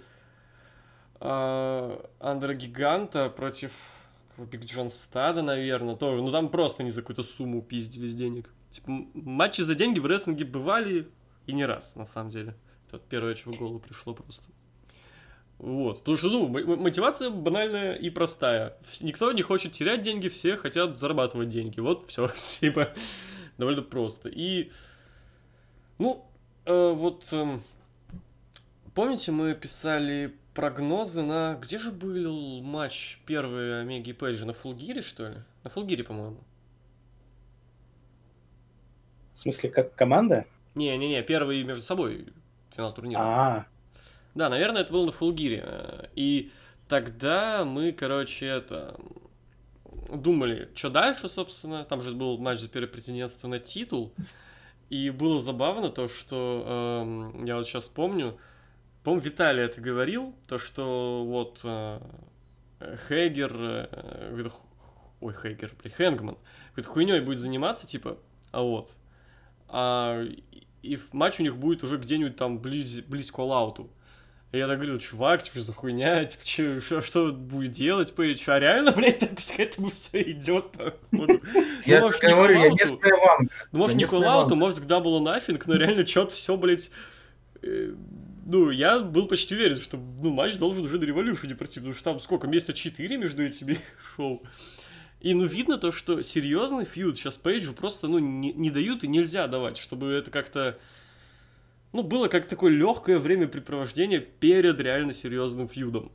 Андера Гиганта против Биг Джон Стада, наверное, тоже. Ну, там просто не за какую-то сумму пиздились денег. Типа, матчи за деньги в рестлинге бывали и не раз, на самом деле. Это первое, что в голову пришло просто. Вот. Потому что, ну, мотивация банальная и простая. Никто не хочет терять деньги, все хотят зарабатывать деньги. Вот, все, типа, довольно просто. И, ну, помните, мы писали прогнозы на... Где же был матч первый Омеги и Пейджа? На Фулгире, что ли? На Фулгире, по-моему.
В смысле, как команда?
Не-не-не, первый между собой финал турнира.
А,
Да, наверное, это было на Фулгире. И тогда мы, короче, думали, что дальше, собственно. Там же был матч за первое претендентство на титул. И было забавно то, что я вот сейчас помню, по-моему, Виталий это говорил, то, что вот Хэнгман, какой-то хуйней будет заниматься, типа, и матч у них будет уже где-нибудь там близ к all-out'у. И я так говорил, чувак, типа, за хуйня, типа, что будет делать, Пейдж? А реально, блядь, так к этому все идет, походу.
Я говорю, я местная ванга.
Ну, может, не к all-out'у, может, к Double or Nothing, но реально что-то все, блядь... Ну, я был почти уверен, что матч должен уже до Revolution пройти, потому что там сколько, месяца 4 между этими шоу. И, видно то, что серьезный фьюд сейчас Пейджу просто, не дают и нельзя давать, чтобы это как-то, было как такое легкое времяпрепровождение перед реально серьезным фьюдом.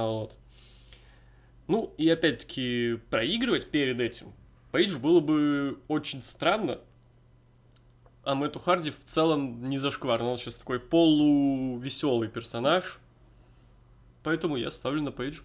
Ну, и опять-таки проигрывать перед этим Пейджу было бы очень странно. А Мэтту Харди в целом не зашквар. Он сейчас такой полувеселый персонаж. Поэтому я ставлю на Пейдж.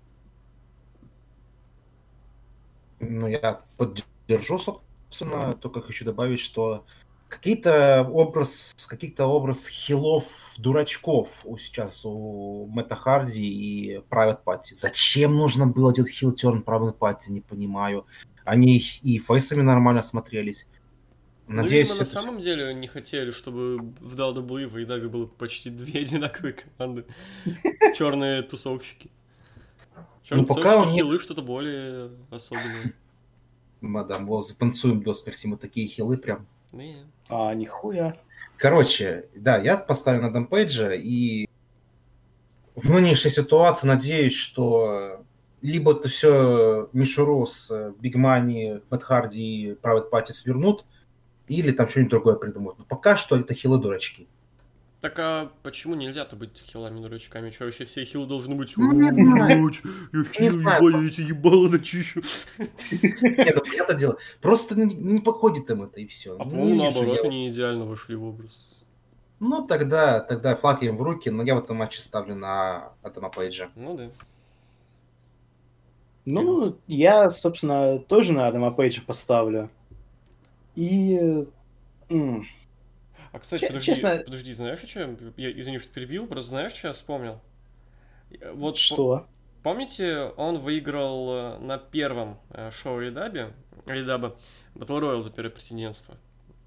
Ну, я поддержу, собственно. Только хочу добавить, что каких-то образ хилов-дурачков сейчас у Мэтта Харди и Private Party. Зачем нужно было делать хил-терн Private Party, не понимаю. Они и фейсами нормально смотрелись. Надеюсь,
видимо, на самом деле не хотели, чтобы в WWE и в AEW было почти две одинаковые команды. Черные тусовщики. Черные тусовщики, хилы, что-то более особенное.
Мадам, вот затанцуем до смерти, мы такие хилы прям.
Нихуя.
Короче, да, я поставлю на Адам Пейджа, и в нынешней ситуации надеюсь, что либо это все мишуру с Биг Мани, Мэтт Харди и Private Party свернут, или там что-нибудь другое придумают. Но пока что это хилы-дурачки.
Так а почему нельзя-то быть хилами-дурачками? Что, вообще все хилы должны быть?
Не знаю.
Я хил, ебать, я эти ебало начищу.
Нет, понятное дело. Просто не подходит им это, и все.
А по-моему, наоборот, они идеально вошли в образ.
Ну, тогда флаг им в руки, но я в этом матче ставлю на Адама Пейджа.
Ну да.
Ну, я, собственно, тоже на Адама Пейджа поставлю. И...
А, кстати, подожди, знаешь, что? Я, извини, что перебил, просто знаешь, что я вспомнил? Вот
что?
Помните, он выиграл на первом шоу AEW Battle Royale за первое претендентство?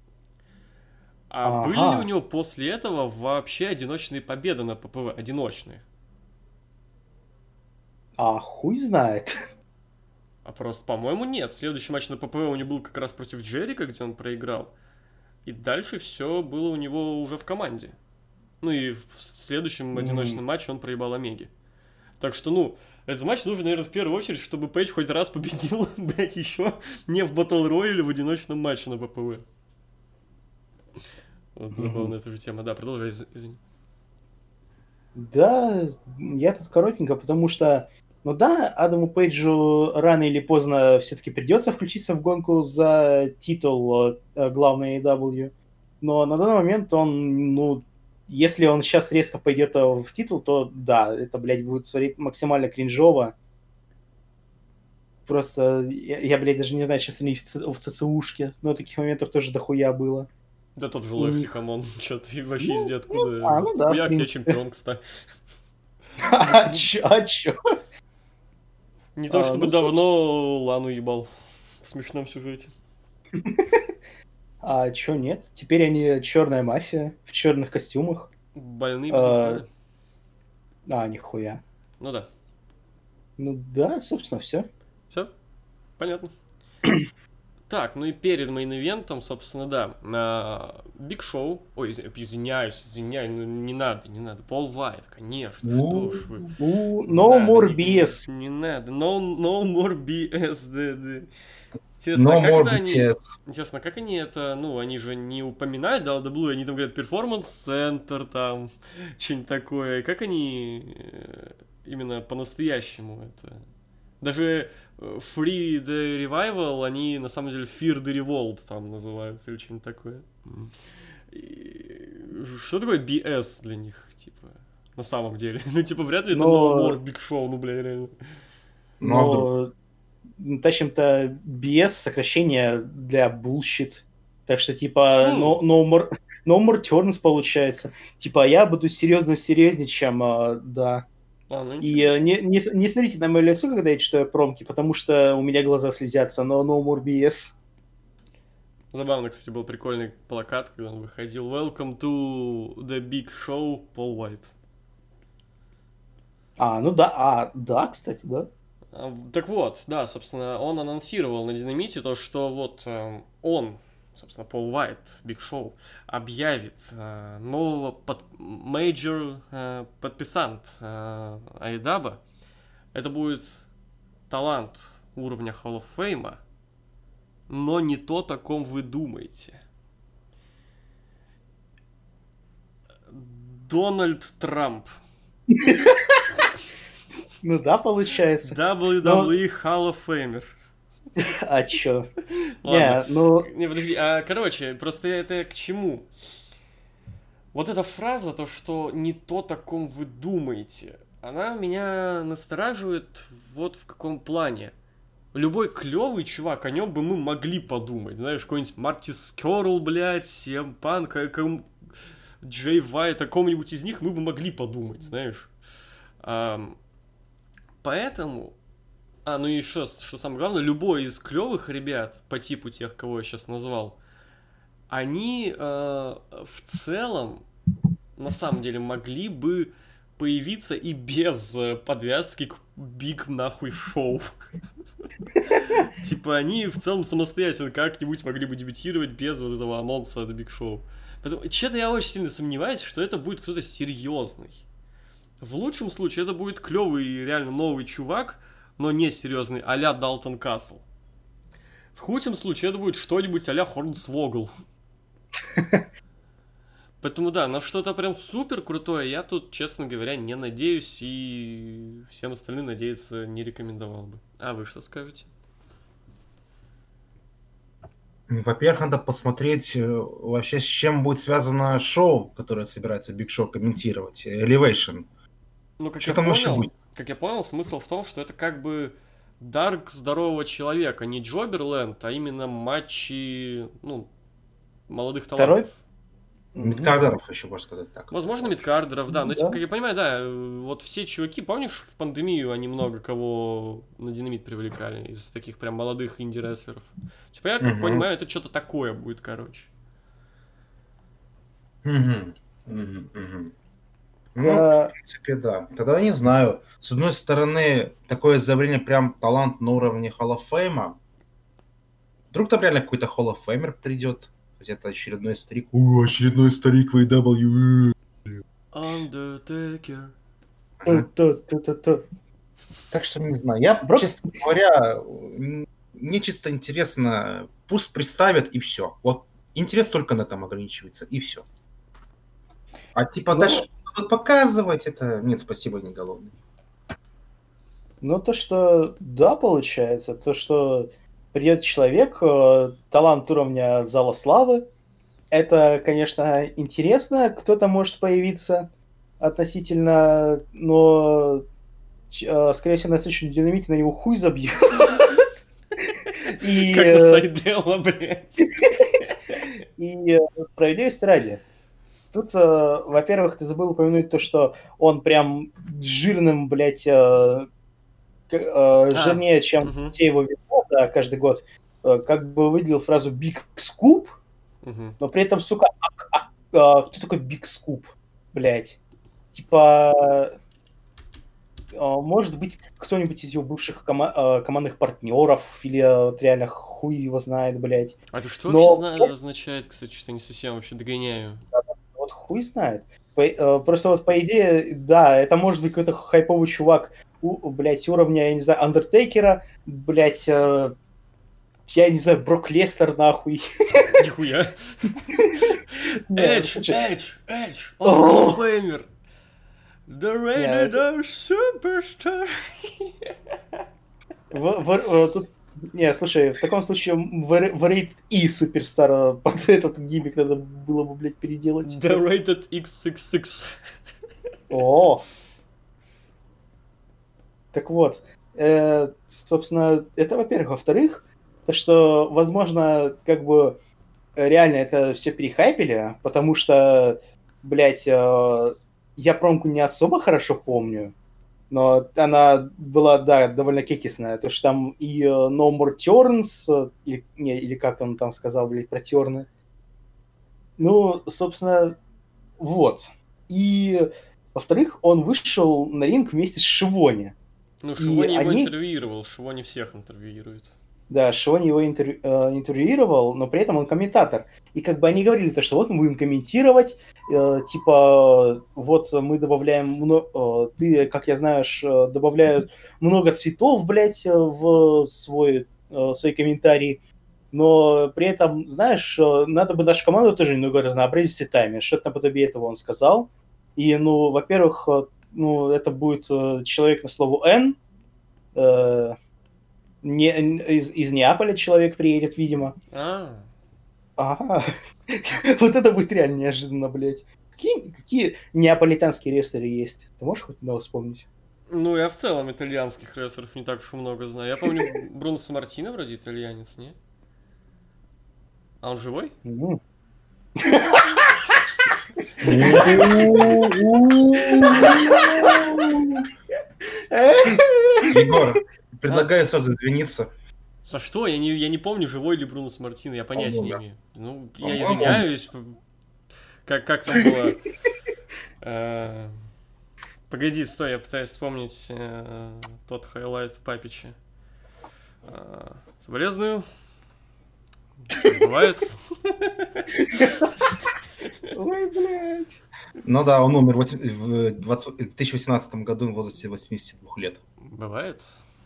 А были ли у него после этого вообще одиночные победы на ППВ? Одиночные?
А хуй знает.
А просто, по-моему, нет. Следующий матч на ППВ у него был как раз против Джерика, где он проиграл. И дальше все было у него уже в команде. Ну и в следующем одиночном матче он проебал Омеги. Так что, этот матч нужен, наверное, в первую очередь, чтобы Пейдж хоть раз победил, блять, еще не в Battle Royale или в одиночном матче на ППВ. Вот забавная эта же тема. Да, продолжай, извини.
Да, я тут коротенько, потому что, Адаму Пейджу рано или поздно все-таки придется включиться в гонку за титул главной AEW. Но на данный момент он, если он сейчас резко пойдет в титул, то да, это, блядь, будет смотреть максимально кринжово. Просто я, блядь, даже не знаю, сейчас они в ЦЦУшке, но таких моментов тоже дохуя было.
Да тот же
У
Лофли,
них.
камон, что-то вообще
Ну,
из ниоткуда.
ну да, в
Хуяк, я
принципе.
чемпион, кстати.
А чё?
Не то чтобы
Ну,
давно Лану ебал в смешном сюжете.
а чё нет? Теперь они черная мафия в черных костюмах.
Больные
А,
бизнесмены.
Нихуя.
Ну да.
Ну да, собственно, все.
Все, понятно. Так, ну и перед мейн-ивентом, собственно, да, Биг Шоу, ой, извиняюсь, ну не надо, Пол Уайт, конечно, что ж вы, не
No
надо,
more BS.
не надо, no more BS, да. Интересно,
No
а как
more
это они,
BTS.
интересно, как они это, ну, они же не упоминают WWE, они там говорят перформанс-центр, там, что-нибудь такое, как они именно по-настоящему это... Даже Free the Revival, они на самом деле Fear the Revolt там называют, или что-нибудь такое. Что такое BS для них, типа, на самом деле? Ну, типа, вряд ли это No More Big Show, ну, бля, реально.
Ну, а вдруг?
Но, тащим-то BS сокращение для bullshit. Так что, типа, no more turns получается. Типа, я буду серьезнее, чем, да.
Ну,
И не смотрите на мое лицо, когда я читаю промки, потому что у меня глаза слезятся, но no more BS.
Забавно, кстати, был прикольный плакат, когда он выходил. Welcome to the big show, Paul White.
Ну да, кстати, да.
Так вот, да, собственно, он анонсировал на Динамите то, что вот он, собственно, Пол Уайт, Биг Шоу, объявит нового мейджор подписант Айдаба. Это будет талант уровня Hall of Fame, но не то, о ком вы думаете. Дональд Трамп.
Ну да, получается.
WWE Hall of Famer.
А чё?
Ладно. Не, подожди, короче, просто это к чему? Вот эта фраза, то, что не то, о ком вы думаете, она меня настораживает вот в каком плане. Любой клевый чувак, о нем бы мы могли подумать. Знаешь, какой-нибудь Мартис Скёрл, блядь, Сем Панк, Джей Вайт, о ком-нибудь из них мы бы могли подумать, знаешь. Поэтому... ну и что самое главное, любой из клевых ребят, по типу тех, кого я сейчас назвал, они в целом, на самом деле, могли бы появиться и без подвязки к Биг нахуй шоу. Типа они в целом самостоятельно как-нибудь могли бы дебютировать без вот этого анонса от Биг Шоу. Че-то я очень сильно сомневаюсь, что это будет кто-то серьезный. В лучшем случае это будет клевый, реально новый чувак, но не серьезный, а-ля Далтон Касл. В худшем случае это будет что-нибудь а-ля Хорнсвогл. Поэтому да, на что-то прям супер крутое я тут, честно говоря, не надеюсь, и всем остальным надеяться не рекомендовал бы. А вы что скажете?
Во-первых, надо посмотреть вообще, с чем будет связано шоу, которое собирается Биг Шоу комментировать, Elevation.
Ну,
Что там вообще будет?
Как я понял, смысл в том, что это как бы дарк здорового человека, не Джоберленд, а именно матчи, ну, молодых талантов.
Мидкардеров еще, можно сказать так.
Возможно, мидкардеров, да. Но, типа, как я понимаю, да, вот все чуваки, помнишь, в пандемию они много кого на Динамит привлекали из таких прям молодых инди-рестлеров. Типа, я как понимаю, это что-то такое будет, короче.
Ну, в принципе, да. Тогда не знаю. С одной стороны, такое заявление прям талант на уровне Hall of Fame. Вдруг там реально какой-то Hall of Famer придет. Где-то очередной старик. Очередной старик в AEW.
Undertaker.
Так что не знаю. Я, честно говоря, мне чисто интересно. Пусть представят и все. Вот интерес только на этом ограничивается и все. А типа дальше показывать это... Нет, спасибо, не голодный.
Ну, то, что да, получается, то, что придет человек, талант уровня Зала Славы, это, конечно, интересно, кто-то может появиться относительно, но, скорее всего, на следующем Динамите на него хуй забьют. И,
Как у Сайдела, блядь.
и справедливости ради. Тут, во-первых, ты забыл упомянуть то, что он прям жирным, блядь, жирнее, чем
Мгм.
все его веса, да, каждый год, как бы выделил фразу «Big Scoop»,
Мгм.
но при этом, сука, кто такой Big Scoop, блядь? Типа, может быть, кто-нибудь из его бывших командных партнеров, или вот реально хуй его знает, блядь.
А это что
Но
вообще означает, кстати, что не совсем вообще догоняю?
вот хуй знает. Просто вот по идее, да, это может быть какой-то хайповый чувак, блядь, уровня, я не знаю, Андертейкера, блядь, я не знаю, Брок Лестер, нахуй.
Нихуя.
Не,
Эдж,
слушай,
Эдж, он Hall of Famer. The
не,
Rated are Superstar.
тут, не, слушай, в таком случае в рейд и Суперстар под этот гиммик надо было бы, блядь, переделать.
The Rated XXX.
О! Так вот, собственно, это, во-первых. Во-вторых, то, что, возможно, как бы реально это все перехайпили, потому что, блядь, я промку не особо хорошо помню, но она была, да, довольно кекисная. То, что там и No More Turns, или как он там сказал, блядь, про терны. Ну, собственно, вот. И, во-вторых, он вышел на ринг вместе с Шивони.
Ну,
И
Шивони его
они,
интервьюировал, Шивони всех интервьюирует.
да, Шивони его интервьюировал, но при этом он комментатор. И как бы они говорили, то, что вот мы будем комментировать, типа, вот мы добавляем, ты, как я знаешь, добавляют много цветов, блядь, в свои комментарии, но при этом, знаешь, надо бы нашу команду тоже немного разнообразить цветами. Что-то наподобие этого он сказал. И, ну, во-первых, ну, это будет человек на слово «Н», из Неаполя человек приедет, видимо.
А,
Ага. Вот это будет реально неожиданно, блядь. Какие неаполитанские рестлеры есть? Ты можешь хоть одного вспомнить?
ну я в целом итальянских рестлеров не так уж и много знаю. Я помню, Бруно Саммартино вроде итальянец, не? А он живой?
Мгм.
Егор, предлагаю сразу извиниться.
За что? Я не помню, живой ли Бруно Саммартино, я понятия не
По-моему,
имею. Ну, я
По-моему,
извиняюсь. Как там было? Погоди, стой, я пытаюсь вспомнить тот хайлайт Папича. Соболезную. Бывает.
Ой, блядь.
Ну да, он умер в 2018 году в возрасте 82 лет.
Бывает.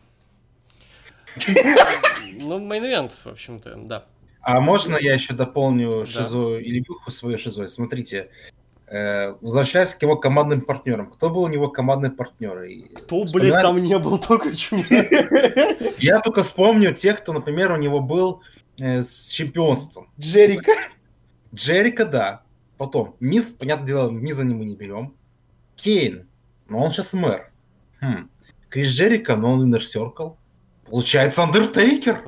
Ну, мейн-ивент, в общем-то, да.
А можно я еще дополню
Да.
Шизу и Левюху свою Шизой? Смотрите, возвращаясь к его командным партнерам. Кто был у него командный партнер?
Кто, блядь, там не был, только чувак?
Я только вспомню тех, кто, например, у него был с чемпионством.
Джерика.
Джерика, да. Потом Миз, понятное дело, Миза мы не берем. Кейн, но он сейчас мэр. Крис Джерика, но он Inner Circle. Получается, Андертейкер.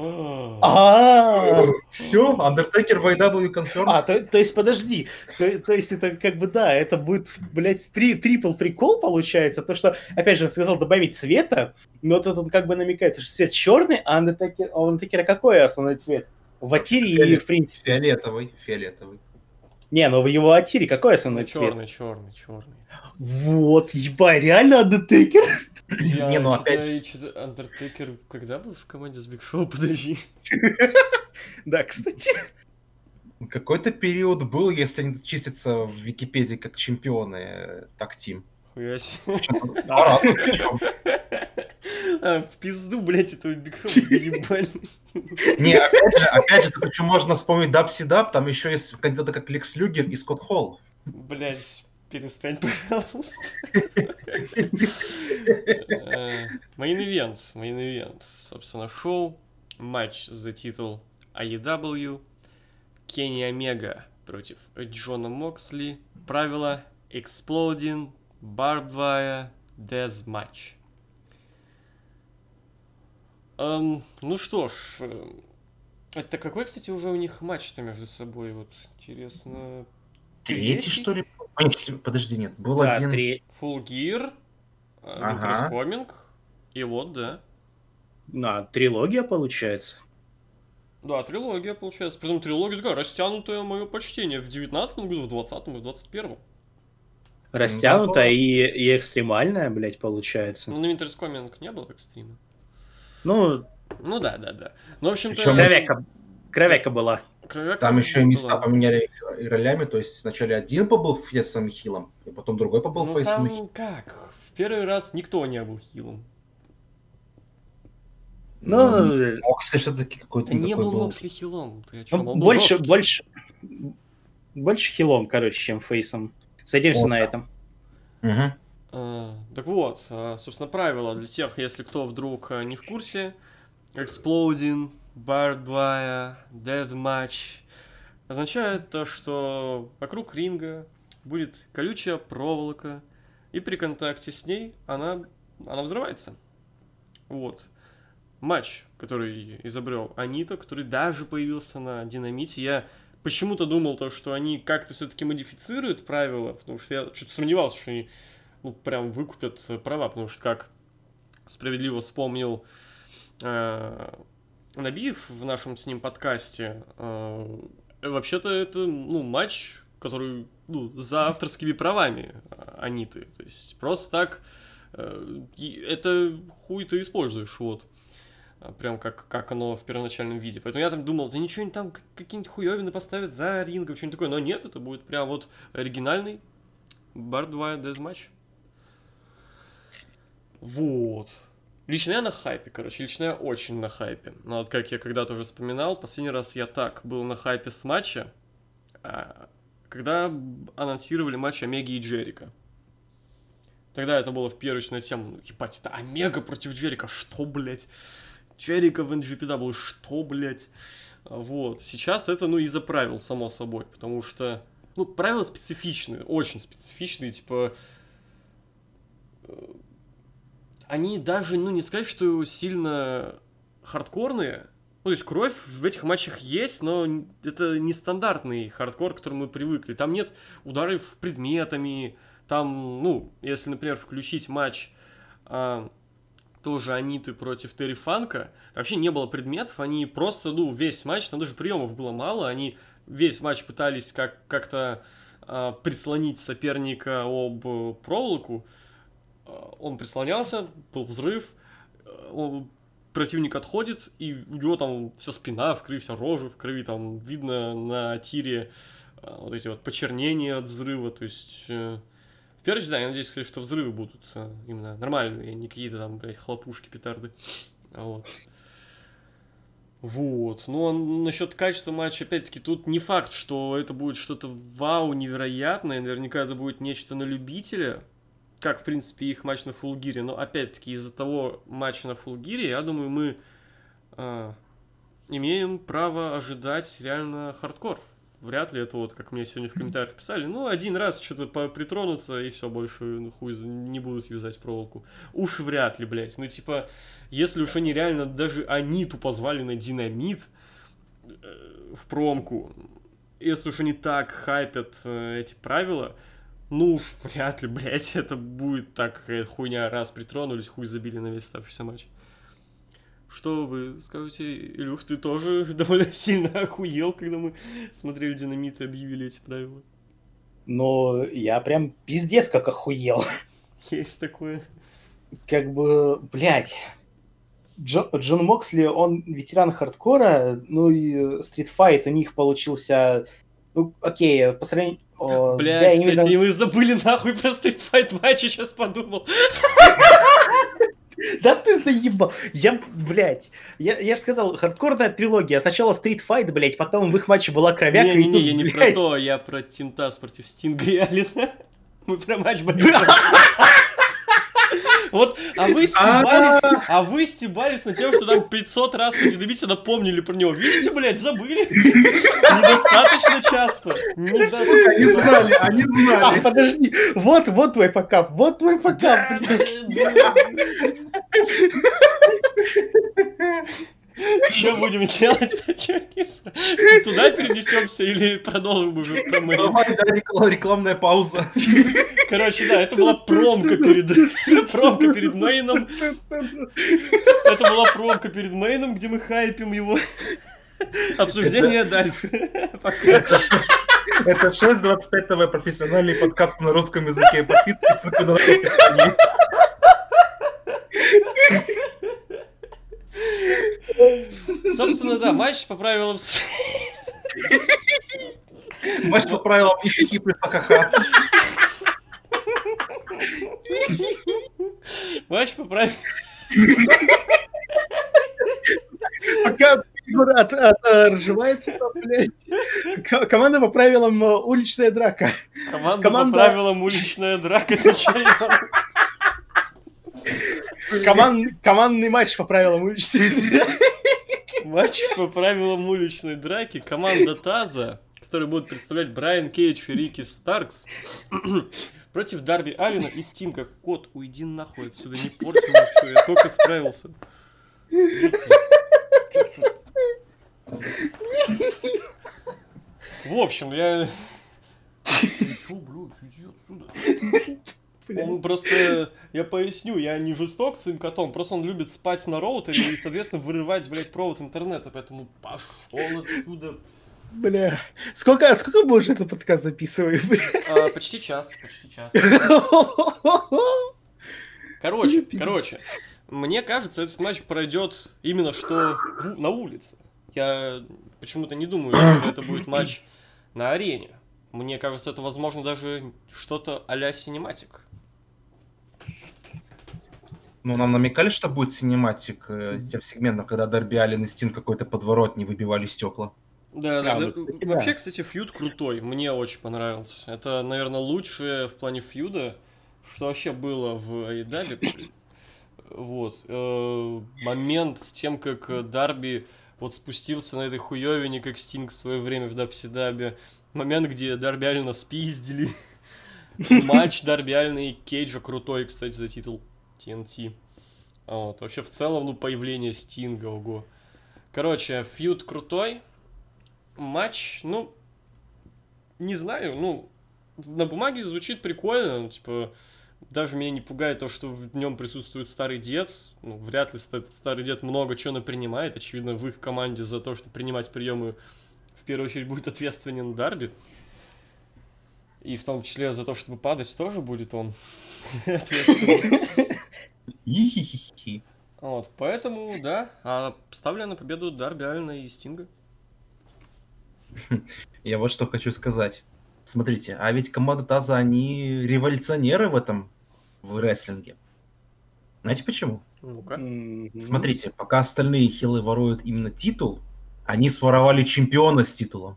Все, Андертейкер в AEW confirmed.
То есть, подожди. То есть, это как бы, да, это будет, блядь, трипл прикол получается. То, что, опять же, он сказал добавить цвета, но тут он как бы намекает, что цвет черный, а у Андертейкера какой основной цвет? В Атире и, в принципе.
Фиолетовый.
Не, ну в его Атире какой основной цвет?
Черный.
Вот, ебать, реально Андертейкер?
Не, ну опять
Андертейкер когда был в команде с Биг Шоу? Подожди.
Да, кстати.
какой-то период был, если они чистятся в Википедии как чемпионы так-тим.
Хуя себе.
Два раза причем.
В пизду, блядь, этого Биг Шоу доебались.
Не, опять же, тут еще можно вспомнить Дабси-Даб, там еще есть кандидаты как Лекс Люгер и Скотт Холл.
Блядь, перестань, пожалуйста. Мейн-ивент. Собственно, шоу. Матч за титул AEW. Кенни Омега против Джона Моксли. Правила Exploding, Barbed Wire, Death Match. Ну что ж, это какой, кстати, уже у них матч-то между собой? Вот интересно.
Третий, что ли? Подожди, нет, был
Да,
один...
Full Gear, Winter is
Ага.
Coming, и вот, да.
Трилогия получается.
Да, трилогия, получается. Притом трилогия такая растянутая, мое почтение, в 19-м году, в 20-м и в 21-м.
Растянутая и экстремальная, блядь, получается.
Ну, на Winter is Coming не было экстрима.
Ну,
Ну да, да, да. Ну, в общем-то...
Причем
кровяка была.
Кровяка
Там еще и места
была.
поменяли ролями, то есть сначала один побыл фейсом и хилом, и потом другой побыл
Ну
фейсом и
там
хилом.
как? В первый раз никто не был хилом.
Ну,
Моксли все-таки какой-то
Не
такой
был
был.
Моксли хилом. Ты о чем?
ну,
Он был жесткий.
больше хилом, короче, чем фейсом. Сойдемся
Вот
на
так.
этом.
Угу.
Так вот, собственно, правила для тех, если кто вдруг не в курсе. Exploding, Barbed Wire, Deathmatch означает то, что вокруг ринга будет колючая проволока, и при контакте с ней она взрывается. Вот. Матч, который изобрел Анита, который даже появился на Динамите. Я почему-то думал, то, что они как-то все-таки модифицируют правила, потому что я что-то сомневался, что они прям выкупят права, потому что, как справедливо вспомнил Набиев в нашем с ним подкасте, вообще-то это, матч, который, за авторскими правами Аниты. То есть просто так это хуй ты используешь, вот. Прям как оно в первоначальном виде. Поэтому я там думал, да ничего, они там какие-нибудь хуёвины поставят за рингом, что-нибудь такое. Но нет, это будет прям вот оригинальный Barbed Wire Deathmatch. Вот. Лично я на хайпе, лично я очень на хайпе. Но вот как я когда-то уже вспоминал, последний раз я так был на хайпе с матча, когда анонсировали матч Омеги и Джерика. Тогда это было в первую очередь тему, ебать, это Омега против Джерика, что, блядь? Джерика в NGPW, что, блядь? Вот, сейчас это, из-за правил, само собой, потому что, правила специфичные, очень специфичные, типа... Они даже, не сказать, что сильно хардкорные. То есть кровь в этих матчах есть, но это не стандартный хардкор, к которому мы привыкли. Там нет ударов предметами. Там, если, например, включить матч тоже Аниты против Терри Фанка, вообще не было предметов. Они просто, весь матч, там даже приемов было мало. Они весь матч пытались как-то прислонить соперника об проволоку. Он прислонялся, был взрыв, противник отходит, и у него там вся спина в крови, вся рожа в крови, там видно на тире вот эти вот почернения от взрыва, то есть... В первую очередь, да, я надеюсь, кстати, что взрывы будут именно нормальные, не какие-то там, блядь, хлопушки, петарды, вот. Вот, насчет качества матча, опять-таки, тут не факт, что это будет что-то вау, невероятное, наверняка это будет нечто на любителя, как, в принципе, их матч на Full Gear. Но, опять-таки, из-за того матча на Full Gear, я думаю, мы имеем право ожидать реально хардкор. Вряд ли это вот, как мне сегодня в комментариях писали, один раз что-то притронуться, и все, больше хуй не будут юзать проволоку. Уж вряд ли, блядь. Если уж они реально даже Аниту позвали на Динамит в промку, если уж они так хайпят эти правила... уж вряд ли, блять, это будет так какая-то хуйня, раз притронулись, хуй забили на весь оставшийся матч. Что вы скажете, Илюх, ты тоже довольно сильно охуел, когда мы смотрели Динамит и объявили эти правила?
Я прям пиздец как охуел.
Есть такое.
Как бы, блять. Джон Моксли, он ветеран хардкора, и стритфайт у них получился... окей, по сравнению...
Блядь, кстати, мы забыли нахуй про стритфайт матчи, сейчас подумал.
Да ты заебал. Я же сказал, хардкорная трилогия. Сначала стритфайт, блядь, потом в их матче была кровяка.
Не, я не про то, я про Тим Таз против Стинга и Алина. Мы про матч болели. Вот, а вы стебались на тем, что там 500 раз на Динамите напомнили про него. Видите, блядь, забыли. Недостаточно часто.
Они знали.
Подожди, вот твой факап, блядь.
что будем делать, чуваки? Туда перенесемся или продолжим уже про Мейн?
Давай, да, рекламная пауза.
Короче, да, это была промка перед Мейном. Это была промка перед Мейном, где мы хайпим его. Обсуждение дальше.
Это 6.25 ТВ, профессиональный подкаст на русском языке. Подписывайтесь на канал.
Собственно, да, матч по правилам...
Матч по правилам хихи плюс ха-ха.
Матч по правилам...
Пока разживается, блядь. Команда по правилам уличная драка.
Команда по правилам уличная драка. Ты чё,
Командный матч по правилам уличной драки.
Матч по правилам уличной драки. Команда Таза, которую будут представлять Брайан Кейдж и Рики Старкс, против Дарби Аллина и Стинга. Кот, уйди нахуй отсюда, не порти мне все, я только справился. В общем, я... Он просто, я поясню, я не жесток с своим котом, просто он любит спать на роутере и, соответственно, вырывать, блядь, провод интернета, поэтому пошел отсюда.
Бля, сколько мы уже этот подкаст записываем?
Почти час. Короче, мне кажется, этот матч пройдет именно что на улице. Я почему-то не думаю, что это будет матч на арене. Мне кажется, это, возможно, даже что-то а-ля синематик.
Ну, нам намекали, что будет синематик с тем сегментом, когда Дарби Аллин и Стинг какой-то подворотни выбивали стекла.
Да. Вообще, кстати, фьюд крутой. Мне очень понравился. Это, наверное, лучшее в плане фьюда, что вообще было в AEW. Вот. Момент с тем, как Дарби вот спустился на этой хуёвине, как Стинг в свое время в WCW. Момент, где Дарби Аллина спиздили. Матч Дарби Аллина и Кейджа крутой, кстати, за титул TNT. Вот. Вообще, в целом, появление Стинга, ого. Короче, фьюд крутой. Матч, не знаю, на бумаге звучит прикольно, типа, даже меня не пугает то, что в нем присутствует старый дед, вряд ли этот старый дед много чего напринимает, очевидно, в их команде за то, что принимать приемы в первую очередь будет ответственен Дарби, и в том числе за то, чтобы падать, тоже будет он ответственен. Вот, поэтому, да, ставлю на победу Дарби Аллина и Стинга.
Я вот что хочу сказать. Смотрите, а ведь команда Таза, они революционеры в рестлинге. Знаете почему?
Ну-ка.
Смотрите, пока остальные хилы воруют именно титул, они своровали чемпиона с титулом.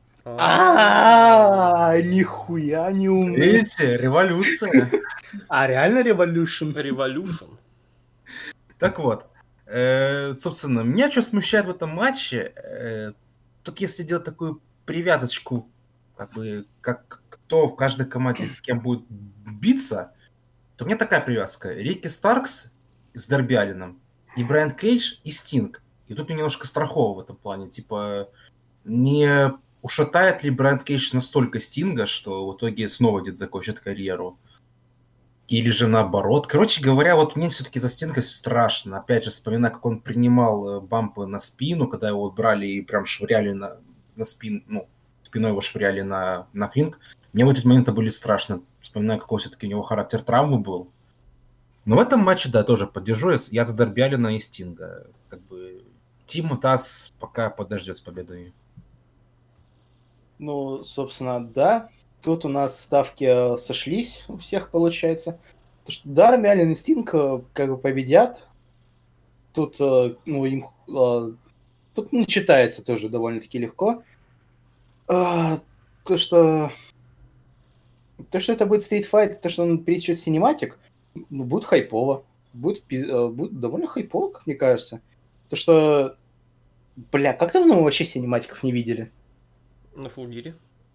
Нихуя не умею.
Видите, революция.
Реально революшн?
Революшн.
Так вот, собственно, меня что смущает в этом матче, только если делать такую привязочку, как кто в каждой команде с кем будет биться, то у меня такая привязка. Рики Старкс с Дарби Аллином и Брайан Кейдж и Стинг. И тут мне немножко страхово в этом плане. Типа, не ушатает ли Брайан Кейдж настолько Стинга, что в итоге снова где-то закончит карьеру? Или же наоборот. Короче говоря, вот мне все-таки за Стинга страшно. Опять же, вспоминаю, как он принимал бампы на спину, когда его брали и прям швыряли на спину, спиной его швыряли на ринг. Мне в эти моменты были страшно. Вспоминаю, какой все-таки у него характер травмы был. Но в этом матче, да, тоже поддержу. Я за Дарби Аллина и Стинга. Тим Таз пока подождет с победой.
Собственно, да. Тут у нас ставки сошлись у всех, получается. Потому что Дарби Аллин и Стинг победят. Тут, тут читается тоже довольно-таки легко. То, что это будет стритфайт, то, что он перечет синематик, будет хайпово. Будет довольно хайпово, как мне кажется. То, что... Бля, как давно мы вообще синематиков не видели?
На Фулгире.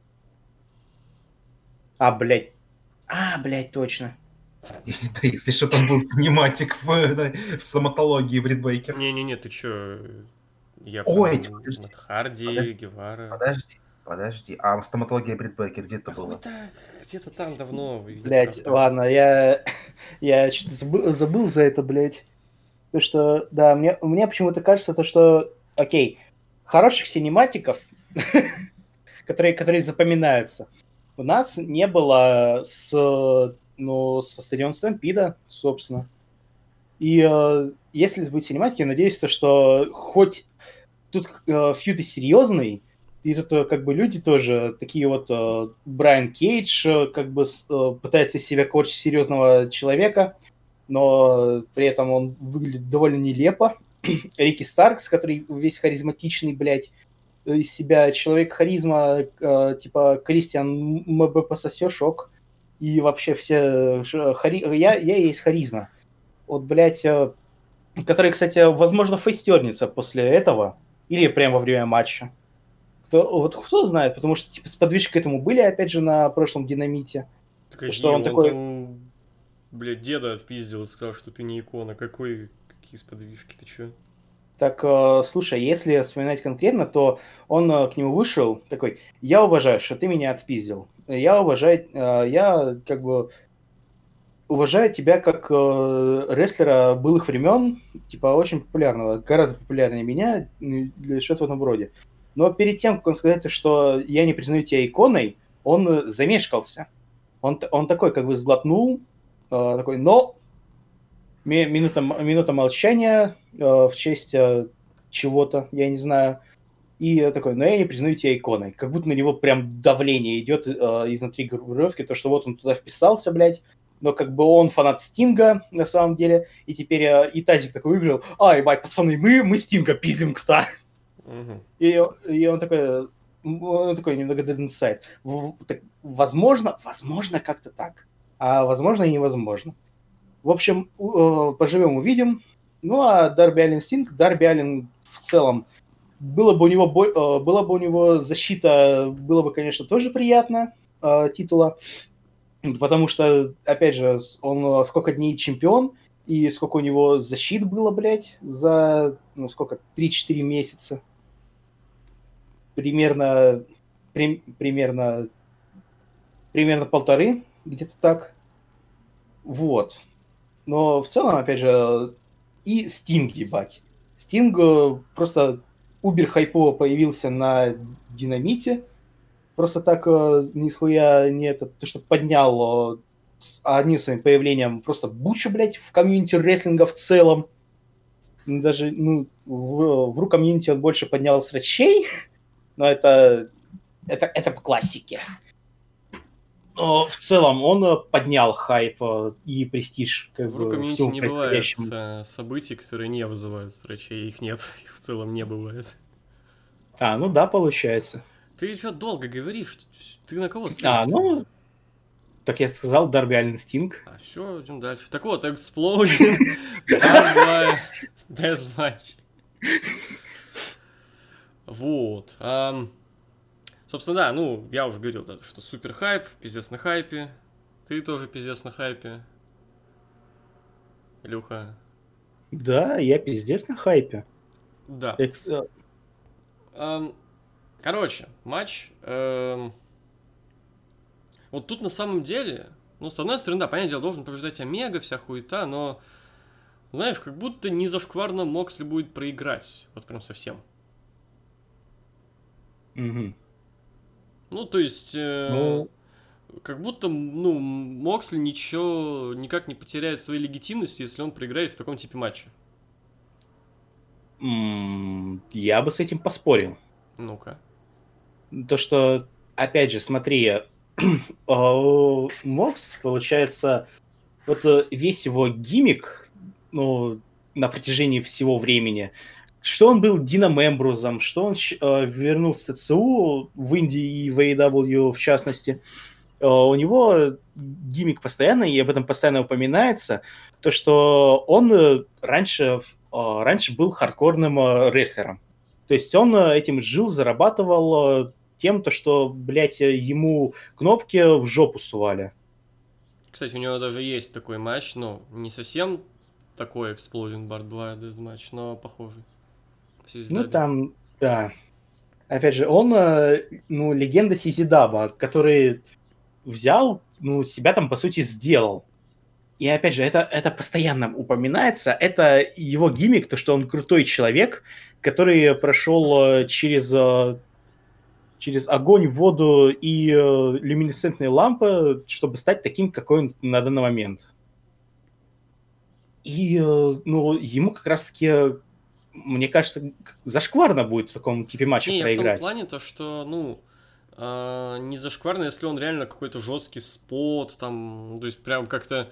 Блядь, точно.
Да, если что, там был синематик в стоматологии Брит Бейкер.
Не-не-не, ты чё? Я
Ой,
помню,
подожди,
Мэтт Харди,
подожди,
Гевара.
подожди. А стоматология Брит Бейкер где это
Да хуй
было?
так, где-то там давно, я
Блять,
просто...
ладно, я что-то забыл за это, блять. То, что, да, мне почему-то кажется, то, что, окей, хороших синематиков, которые запоминаются, у нас не было со Стадион Стэмпида, собственно. И если это будет синематики, я надеюсь, то, что хоть тут фьюд серьезный, и тут как бы люди тоже такие вот Брайан Кейдж как бы пытается из себя корчить серьезного человека, но при этом он выглядит довольно нелепо. Рики Старкс, который весь харизматичный, блядь, из себя человек-харизма, типа Кристиан МБ пососешь, ок. И вообще все... Я и есть харизма. Вот, блядь, который, кстати, возможно, фейстернется после этого или прямо во время матча. Кто знает, потому что типа сподвижки к этому были, опять же, на прошлом Динамите.
Какие,
Что он
он
такой...
там, блядь, деда отпиздил и сказал, что ты не икона. Какие сподвижки, ты чё?
Так, слушай, если вспоминать конкретно, то он к нему вышел такой: я уважаю, что ты меня отпиздил. Я как бы уважаю тебя как рестлера былых времен, типа очень популярного, гораздо популярнее меня, или что-то в этом роде. Но перед тем, как он сказал, что я не признаю тебя иконой, он замешкался. Он такой как бы сглотнул, такой, но минута молчания в честь чего-то, я не знаю. И такой, но я не признаю тебя иконой. Как будто на него прям давление идет изнутри группировки, то, что вот он туда вписался, блядь, но как бы он фанат Стинга на самом деле, и теперь и Тазик такой выбежал: ебать, пацаны, мы Стинга пиздим, кстати.
Угу.
И он такой немного dead inside. Возможно, как-то так, а возможно и невозможно. В общем, поживем, увидим. Ну, а Дарби Аллин Стинг, Дарби Аллин в целом, была бы у него защита, было бы, конечно, тоже приятно титула, потому что, опять же, он сколько дней чемпион, и сколько у него защит было, блядь, за, ну, сколько, 3-4 месяца. Примерно, примерно полторы, где-то так. Вот. Но в целом, опять же, и Стинг, ебать. Стинг просто убер-хайпово появился на Динамите. Просто так нихуя не это, то, что поднял одним своим появлением просто бучу, блядь, в комьюнити рестлинга в целом. Даже, ну, в ру-комьюнити он больше поднял срачей, но это по классике. Но в целом он поднял хайп и престиж как
В
бы
ру-комьюнити
всему
не бывает
происходящему.
событий, которые не вызывают срачей. Их нет, их в целом не бывает.
Ну да, получается.
Ты что долго говоришь? Ты на кого ставишь-то?
Ну, так я сказал, Дарби Аллин Стинг.
Все, идем дальше. Так вот, Explosion, Part 2, Deathmatch. Вот. Собственно, да, ну, я уже говорил, да, что супер хайп, пиздец на хайпе. Ты тоже пиздец на хайпе. Илюха.
Да, я пиздец на хайпе.
Да. Короче, матч. Вот тут на самом деле, ну, с одной стороны, да, понятное дело, должен побеждать Омега, вся хуета, но, знаешь, как будто не зашкварно Моксли будет проиграть. Вот прям совсем.
Угу.
Ну, то есть,
Ну,
как будто, ну, Моксли ничего, никак не потеряет своей легитимности, если он проиграет в таком типе матча.
я бы с этим поспорил.
Ну-ка.
То, что, опять же, смотри, Мокс, получается, вот весь его гиммик, ну, на протяжении всего времени, что он был Дином Эмбрузом, что он вернулся в ТЦУ, в Индии и в AEW в частности, у него гиммик постоянно, и об этом постоянно упоминается, то, что он раньше был хардкорным рестлером. То есть он этим жил, зарабатывал тем, то, что, блядь, ему кнопки в жопу сували.
Кстати, у него даже есть такой матч, ну, не совсем такой Exploding Bar 2 Deathmatch, но похожий. в
Ну,
Сизидабе.
там, да. Опять же, он, ну, легенда Сизидаба, который взял, ну, себя там, по сути, сделал. И опять же, это постоянно упоминается. Это его гиммик, то, что он крутой человек, который прошел через огонь, воду и люминесцентные лампы, чтобы стать таким, какой он на данный момент. И, ну, ему как раз-таки, мне кажется, зашкварно будет в таком типе матча
Не, я в том
проиграть.
плане, то, что, ну, не зашкварно, если он реально какой-то жесткий спот, там, то есть прям как-то,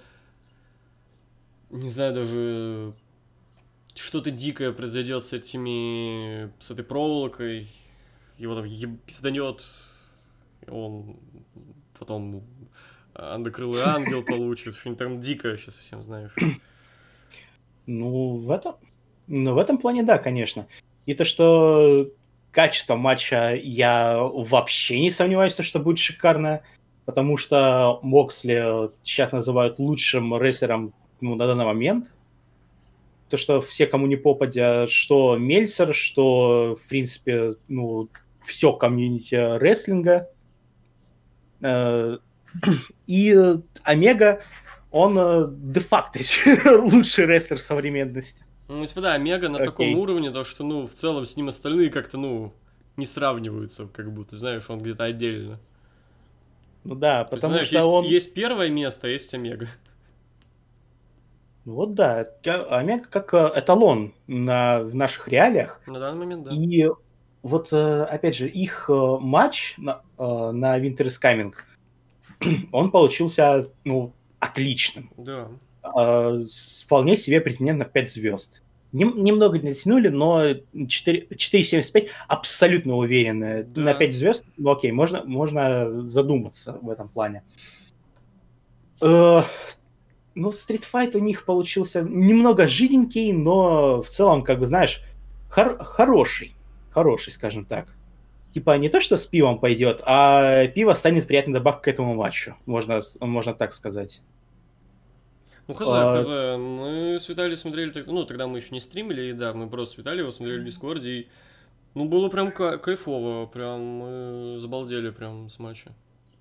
не знаю, даже что-то дикое произойдет с этой проволокой, его там пизданет, и он потом андокрылый ангел получит, что-нибудь там дикое сейчас совсем, знаешь.
Ну, в этом плане, да, конечно. И то, что качество матча, я вообще не сомневаюсь, что будет шикарно, потому что Моксли сейчас называют лучшим рестлером, ну, на данный момент. То, что все, кому не попадя, что Мельцер, что, в принципе, ну, все комьюнити рестлинга. И Омега, он де-факто лучший рестлер современности.
Ну, типа, да, Омега на таком уровне, то, что, ну, в целом с ним остальные как-то, ну, не сравниваются, как будто, знаешь, он где-то отдельно.
Ну да,
То есть,
потому
знаешь,
что он...
есть первое место, а есть Омега.
Ну вот да, Омега как эталон в наших реалиях.
На данный момент, да.
И вот, опять же, их матч на Winter is Coming, он получился, ну, отличным.
Да.
Вполне себе претендент на 5 звезд. Немного не натянули, но 4,75 абсолютно уверенно.
Да.
На 5 звезд, ну окей, можно задуматься в этом плане. Ну, стритфайт у них получился немного жиденький, но в целом, как бы, знаешь, хороший, скажем так. Типа не то, что с пивом пойдет, а пиво станет приятной добавкой к этому матчу, можно так сказать.
Ну, хз. Мы с Виталием смотрели, ну, тогда мы еще не стримили, и да, мы просто с Виталием его смотрели в Дискорде, и, ну, было прям кайфово, прям мы забалдели прям с матча.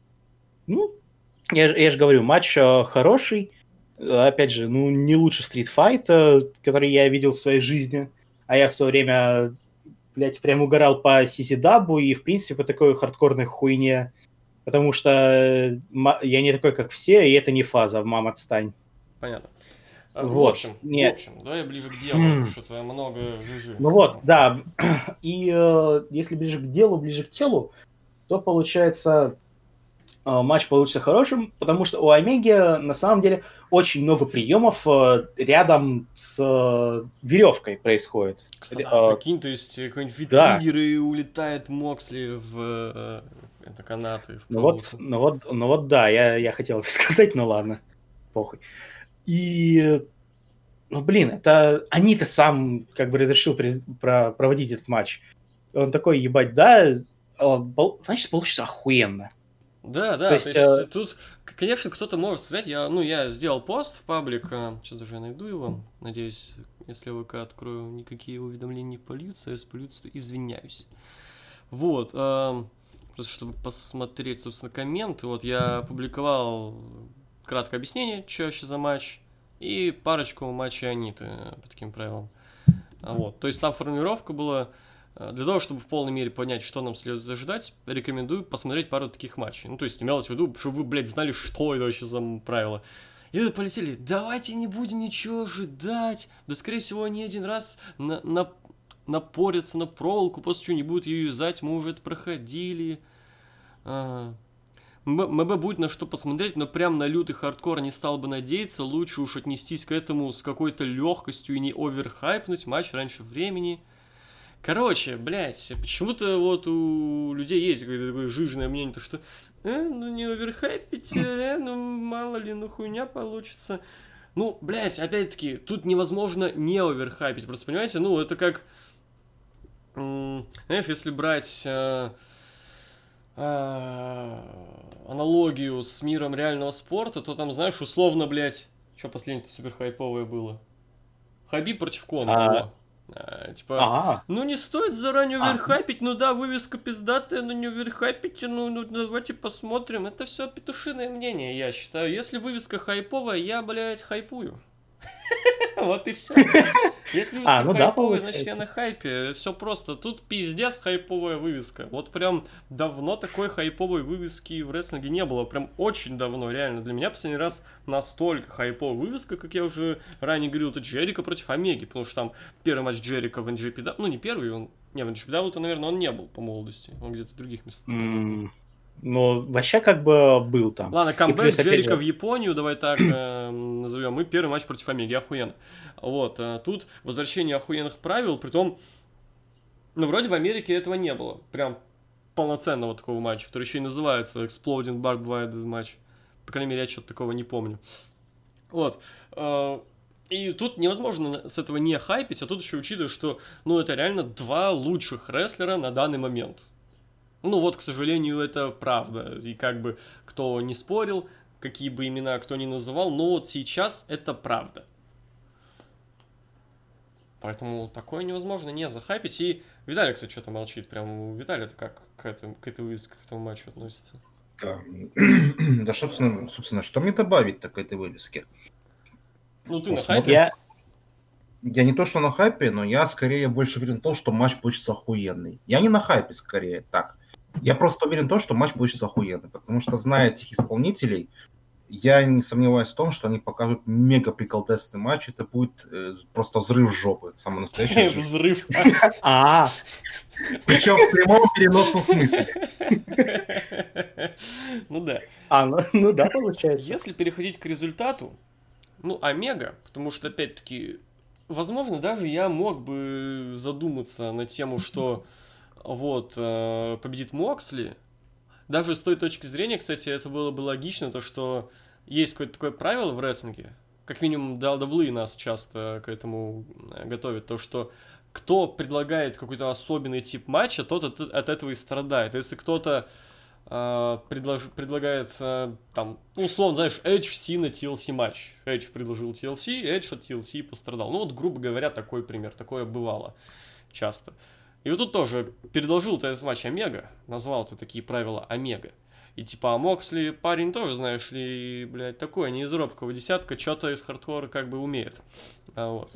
Ну, я же говорю, матч хороший, опять же, ну, не лучше стритфайт, который я видел в своей жизни, а я в свое время, блядь, прям угорал по Сизидабу и, в принципе, по такой хардкорной хуйне, потому что я не такой, как все, и это не фаза, мам, отстань.
Понятно.
Вот.
В общем, давай ближе к делу, уже что-то много жижи.
Ну вот, да, и если ближе к делу, ближе к телу, то получается... матч получится хорошим, потому что у Омеги на самом деле очень много приемов рядом с веревкой происходит.
Кстати, прикинь, то есть какой-нибудь витриггер и улетает Моксли в это канаты.
Ну вот, да, я хотел сказать, но ладно, похуй. И, ну блин, это Анита сам как бы разрешил проводить этот матч. Он такой, ебать, да, значит, получится охуенно.
Да, то есть тут, конечно, кто-то может сказать, я сделал пост в паблик, сейчас даже я найду его, надеюсь, если ВК открою, никакие уведомления не польются, если польются, то извиняюсь. Вот, просто чтобы посмотреть, собственно, комменты, вот я опубликовал краткое объяснение, что вообще за матч, и парочку матчей Аниты по таким правилам. Вот, то есть там формулировка была... Для того, чтобы в полной мере понять, что нам следует ожидать, рекомендую посмотреть пару таких матчей. Ну, то есть, имелось в виду, чтобы вы, блядь, знали, что это вообще за правило. И вот полетели, давайте не будем ничего ожидать. Да, скорее всего, они один раз напорятся на проволоку, после чего не будут ее юзать, мы уже это проходили. МБ будет на что посмотреть, но прям на лютый хардкор не стал бы надеяться. Лучше уж отнестись к этому с какой-то легкостью и не оверхайпнуть матч раньше времени. Короче, блядь, почему-то вот у людей есть какое-то такое жирное мнение, то что ну не оверхайпить, ну мало ли, ну хуйня получится. Ну, блядь, опять-таки, тут невозможно не оверхайпить, просто понимаете, ну это как, знаешь, если брать аналогию с миром реального спорта, то там, знаешь, условно, блядь, что последнее-то супер хайповое было? Хабиб против Конора. Типа, ну не стоит заранее оверхайпить, ну да, вывеска пиздатая, но не оверхайпите, ну давайте посмотрим. Это все петушиное мнение, я считаю. Если вывеска хайповая, я, блядь, хайпую. Вот и все. Если вывеска хайповая, значит я на хайпе. Все просто. Тут пиздец хайповая вывеска. Вот прям давно такой хайповой вывески в рестлинге не было. Прям очень давно, реально. Для меня последний раз настолько хайповая вывеска, как я уже ранее говорил, это Джерика против Омеги. Потому что там первый матч Джерика в NJPW. Ну, не первый, он... Не, в NJPW-то, наверное, он не был по молодости. Он где-то в других местах.
Ну, вообще как бы был там.
Ладно, камбэк Джерика в Японию, давай так назовем. Мы первый матч против Омеги, охуенно. Вот, тут возвращение охуенных правил, притом, ну, вроде в Америке этого не было. Прям полноценного такого матча, который еще и называется Exploding Barbed Wire Match. По крайней мере, я что-то такого не помню. Вот. И тут невозможно с этого не хайпить, а тут еще учитывая, что, ну, это реально два лучших рестлера на данный момент. Ну вот, к сожалению, это правда. И как бы кто не спорил, какие бы имена кто ни называл, но вот сейчас это правда. Поэтому такое невозможно не захайпить. И Виталий, кстати, что-то молчит. Прям у Виталия-то как к этой вывеске, к этому матчу относится?
Да, собственно, что мне добавить-то к этой вывеске?
Ну ты на хайпе?
Я не то, что на хайпе, но я скорее больше уверен в том, что матч получится охуенный. Я не на хайпе, скорее, так. Я просто уверен в том, что матч получится охуенный, потому что, зная этих исполнителей, я не сомневаюсь в том, что они покажут мега приколдесный матч. Это будет просто взрыв жопы, самый настоящий.
Взрыв.
Причем в прямом переносном смысле.
Ну да.
Ну да, получается.
Если переходить к результату, ну, Омега, потому что, опять-таки, возможно, даже я мог бы задуматься на тему, что вот, победит Моксли. Даже с той точки зрения, кстати, это было бы логично, то что есть какое-то такое правило в рестлинге, как минимум WWE нас часто к этому готовит, то что кто предлагает какой-то особенный тип матча, тот от этого и страдает. Если кто-то предлагает, там, ну, условно, знаешь, Edge, Cena, TLC матч. Edge предложил TLC, Edge от TLC пострадал. Ну, вот, грубо говоря, такой пример, такое бывало часто. И вот тут тоже предложил этот матч Омега, назвал ты такие правила Омега. И типа, а Моксли парень тоже, знаешь ли, блядь, такой, не из робкого десятка, что-то из хардкора как бы умеет. Вот.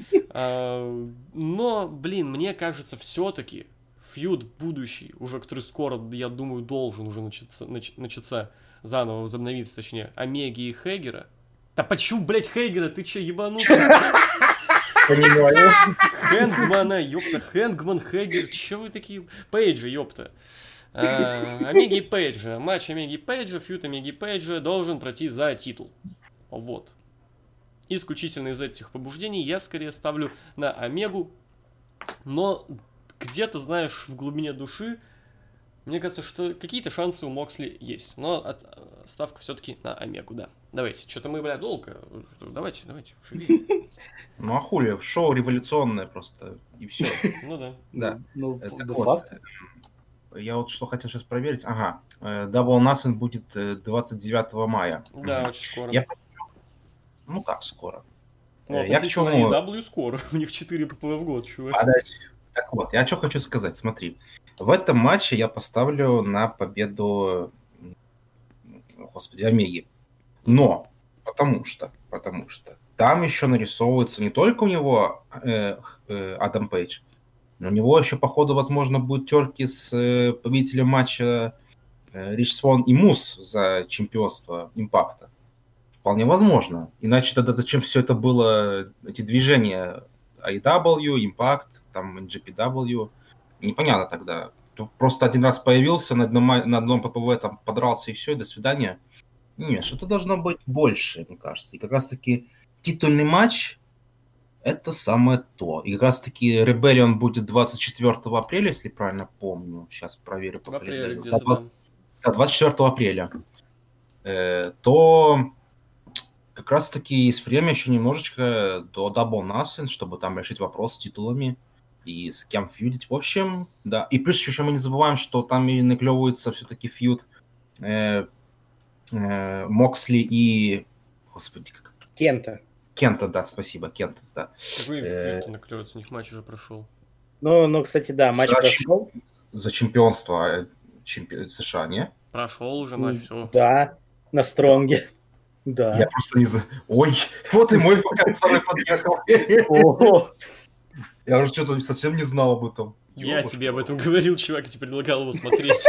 Но, блин, мне кажется, все-таки фьюд будущий, уже который скоро, я думаю, должен уже начаться заново, возобновиться, точнее, Омеги и Хейгера. Да почему, блядь, Хейгера? Ты че, ебанутый?
Понимаю.
Хэнгмана, ёпта, Хэнгман, Хейгер, че вы такие? Пейджи, ёпта. Омеги и Пейджа. Матч Омеги и Пейджа, фьюд Омеги и Пейджа должен пройти за титул. Вот. Исключительно из этих побуждений я скорее ставлю на Омегу. Но где-то, знаешь, в глубине души, мне кажется, что какие-то шансы у Моксли есть. Но ставка все-таки на Омегу, да. Давайте, что-то мы, бля, долго. Давайте, живее.
Ну а хули, шоу революционное просто, и все.
Ну да.
Да.
Ну,
Так
по
вот,
факту.
я вот что хотел сейчас проверить. Ага, Double Nothing будет 29 мая.
Да, очень скоро.
Ну как скоро?
Ну,
Я к
относительно
чему...
AEW скоро. У них 4 ППВ в год, чувак.
Так вот, я что хочу сказать. Смотри, в этом матче я поставлю на победу, господи, Омеги. Но, потому что там еще нарисовывается не только у него Адам Пейдж, но у него еще, походу, возможно, будут терки с победителем матча Рич Свон и Мус за чемпионство Импакта. Вполне возможно. Иначе тогда зачем все это было, эти движения AEW, Impact, там NJPW? Непонятно тогда. Просто один раз появился, на одном ППВ там подрался и все, и до свидания. Нет, что-то должно быть больше, мне кажется. И как раз-таки титульный матч – это самое то. И как раз-таки Rebellion будет 24 апреля, если правильно помню. Сейчас проверю по календарю. Да, 24 апреля. То как раз-таки есть время еще немножечко до Double Nothing, чтобы там решить вопрос с титулами и с кем фьюдить. В общем, да. И плюс еще мы не забываем, что там и наклевывается все-таки фьюд Моксли и... Господи, как...
Кента.
Кента, да, спасибо, Кента, да.
Какой фьюд наклевывается, у них матч уже прошел.
Ну, кстати, да, матч прошел.
За чемпионство США, не?
Прошел уже матч, все.
Да, на Стронге.
Я
Да.
просто не за... Ой, вот и мой ФК второй подъехал.
О,
Я уже что-то совсем не знал об этом.
Я
Ёбушка.
тебе об этом говорил, чувак, я тебе предлагал его смотреть.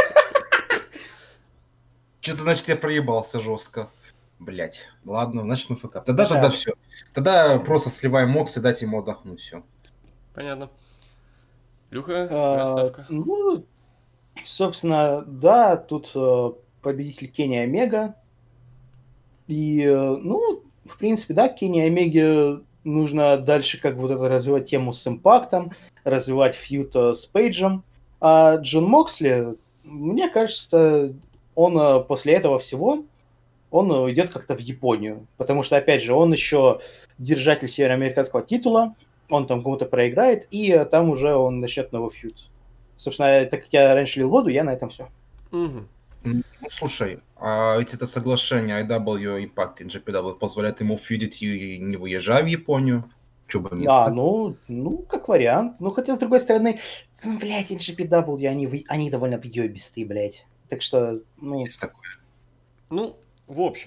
Что-то, значит, я проебался жестко. Блять. Ладно, значит, мы ФК. Тогда
Жаль.
все. Тогда просто сливаем Мокс и дать ему отдохнуть, все.
Понятно. Люха, твоя ставка.
ну, собственно, да, тут победитель Кенни Омега. И, ну, в принципе, да, Кенни Омеге нужно дальше как бы вот это развивать тему с импактом, развивать фьюд с Пейджем. А Джон Моксли, мне кажется, он после этого всего, он идет как-то в Японию. Потому что, опять же, он еще держатель североамериканского титула, он там кому-то проиграет, и там уже он начнет новый фьюд. Собственно, так как я раньше лил воду, я на этом все.
Угу.
Ну, слушай, а ведь это соглашение IW Impact и GPW позволяет ему фьюдить и не выезжая в Японию. Чё бы нет.
Ну, как вариант. Ну, хотя, с другой стороны, блядь, NGPW, они довольно въебистые, блядь. Так что, ну...
Есть такое.
Ну, в общем,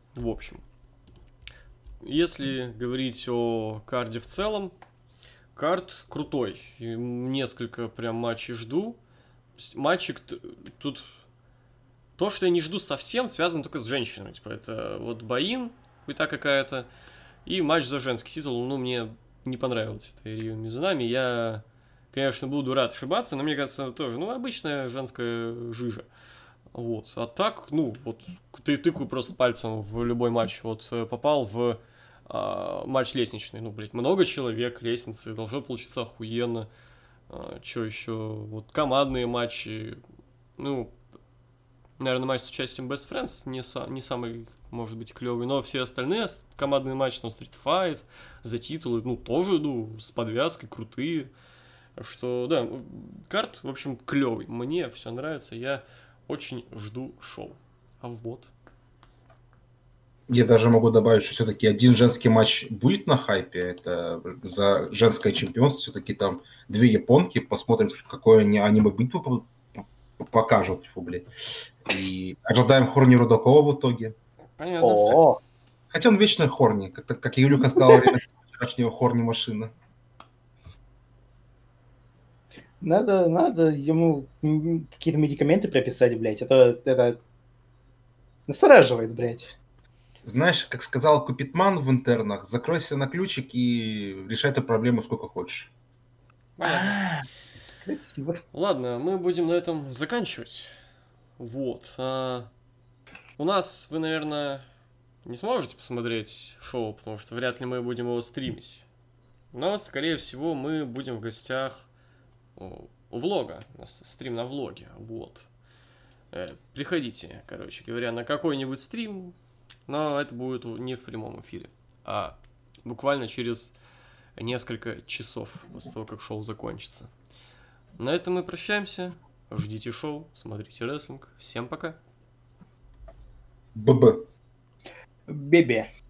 если говорить о карде в целом, кард крутой. И несколько прям матчей жду. Матчик тут... То, что я не жду совсем, связано только с женщиной. Типа, это вот Баин, хуета какая-то, и матч за женский титул. Ну, мне не понравилось это Рио Мизунами. Я, конечно, буду рад ошибаться, но мне кажется, тоже, ну, обычная женская жижа. Вот. А так, ну, вот, ты тыкаю просто пальцем в любой матч. Вот попал в матч лестничный. Ну, блядь, много человек, лестницы, должно получиться охуенно. Что еще? Вот командные матчи. Ну, наверное, матч с участием Best Friends не самый, может быть, клевый, но все остальные командные матчи, там, Street Fight, за титулы, ну, тоже, ну, с подвязкой, крутые. Что, да, карт, в общем, клевый. Мне все нравится, я очень жду шоу. А вот.
Я даже могу добавить, что все-таки один женский матч будет на хайпе. Это за женское чемпионство. Все-таки там две японки. Посмотрим, какое они аниме-битву покажут. Фу, блядь. И ожидаем Хорни Рудакова в итоге.
Понятно.
О,
Хотя он вечно Хорни. Как Юлюка сказала, вчерашнего Хорни машина.
надо ему какие-то медикаменты прописать, блядь. Это настораживает, блядь.
Знаешь, как сказал Купитман в интернах, закройся на ключик и решай эту проблему сколько хочешь.
Понятно.
Красиво.
Ладно, мы будем на этом заканчивать. Вот. У нас вы, наверное, не сможете посмотреть шоу, потому что вряд ли мы будем его стримить. Но, скорее всего, мы будем в гостях у влога. У нас стрим на влоге. Вот. Приходите, короче говоря, на какой-нибудь стрим, но это будет не в прямом эфире, а буквально через несколько часов после того, как шоу закончится. На этом мы прощаемся. Ждите шоу, смотрите рестлинг. Всем пока.
ББ.
Бебе.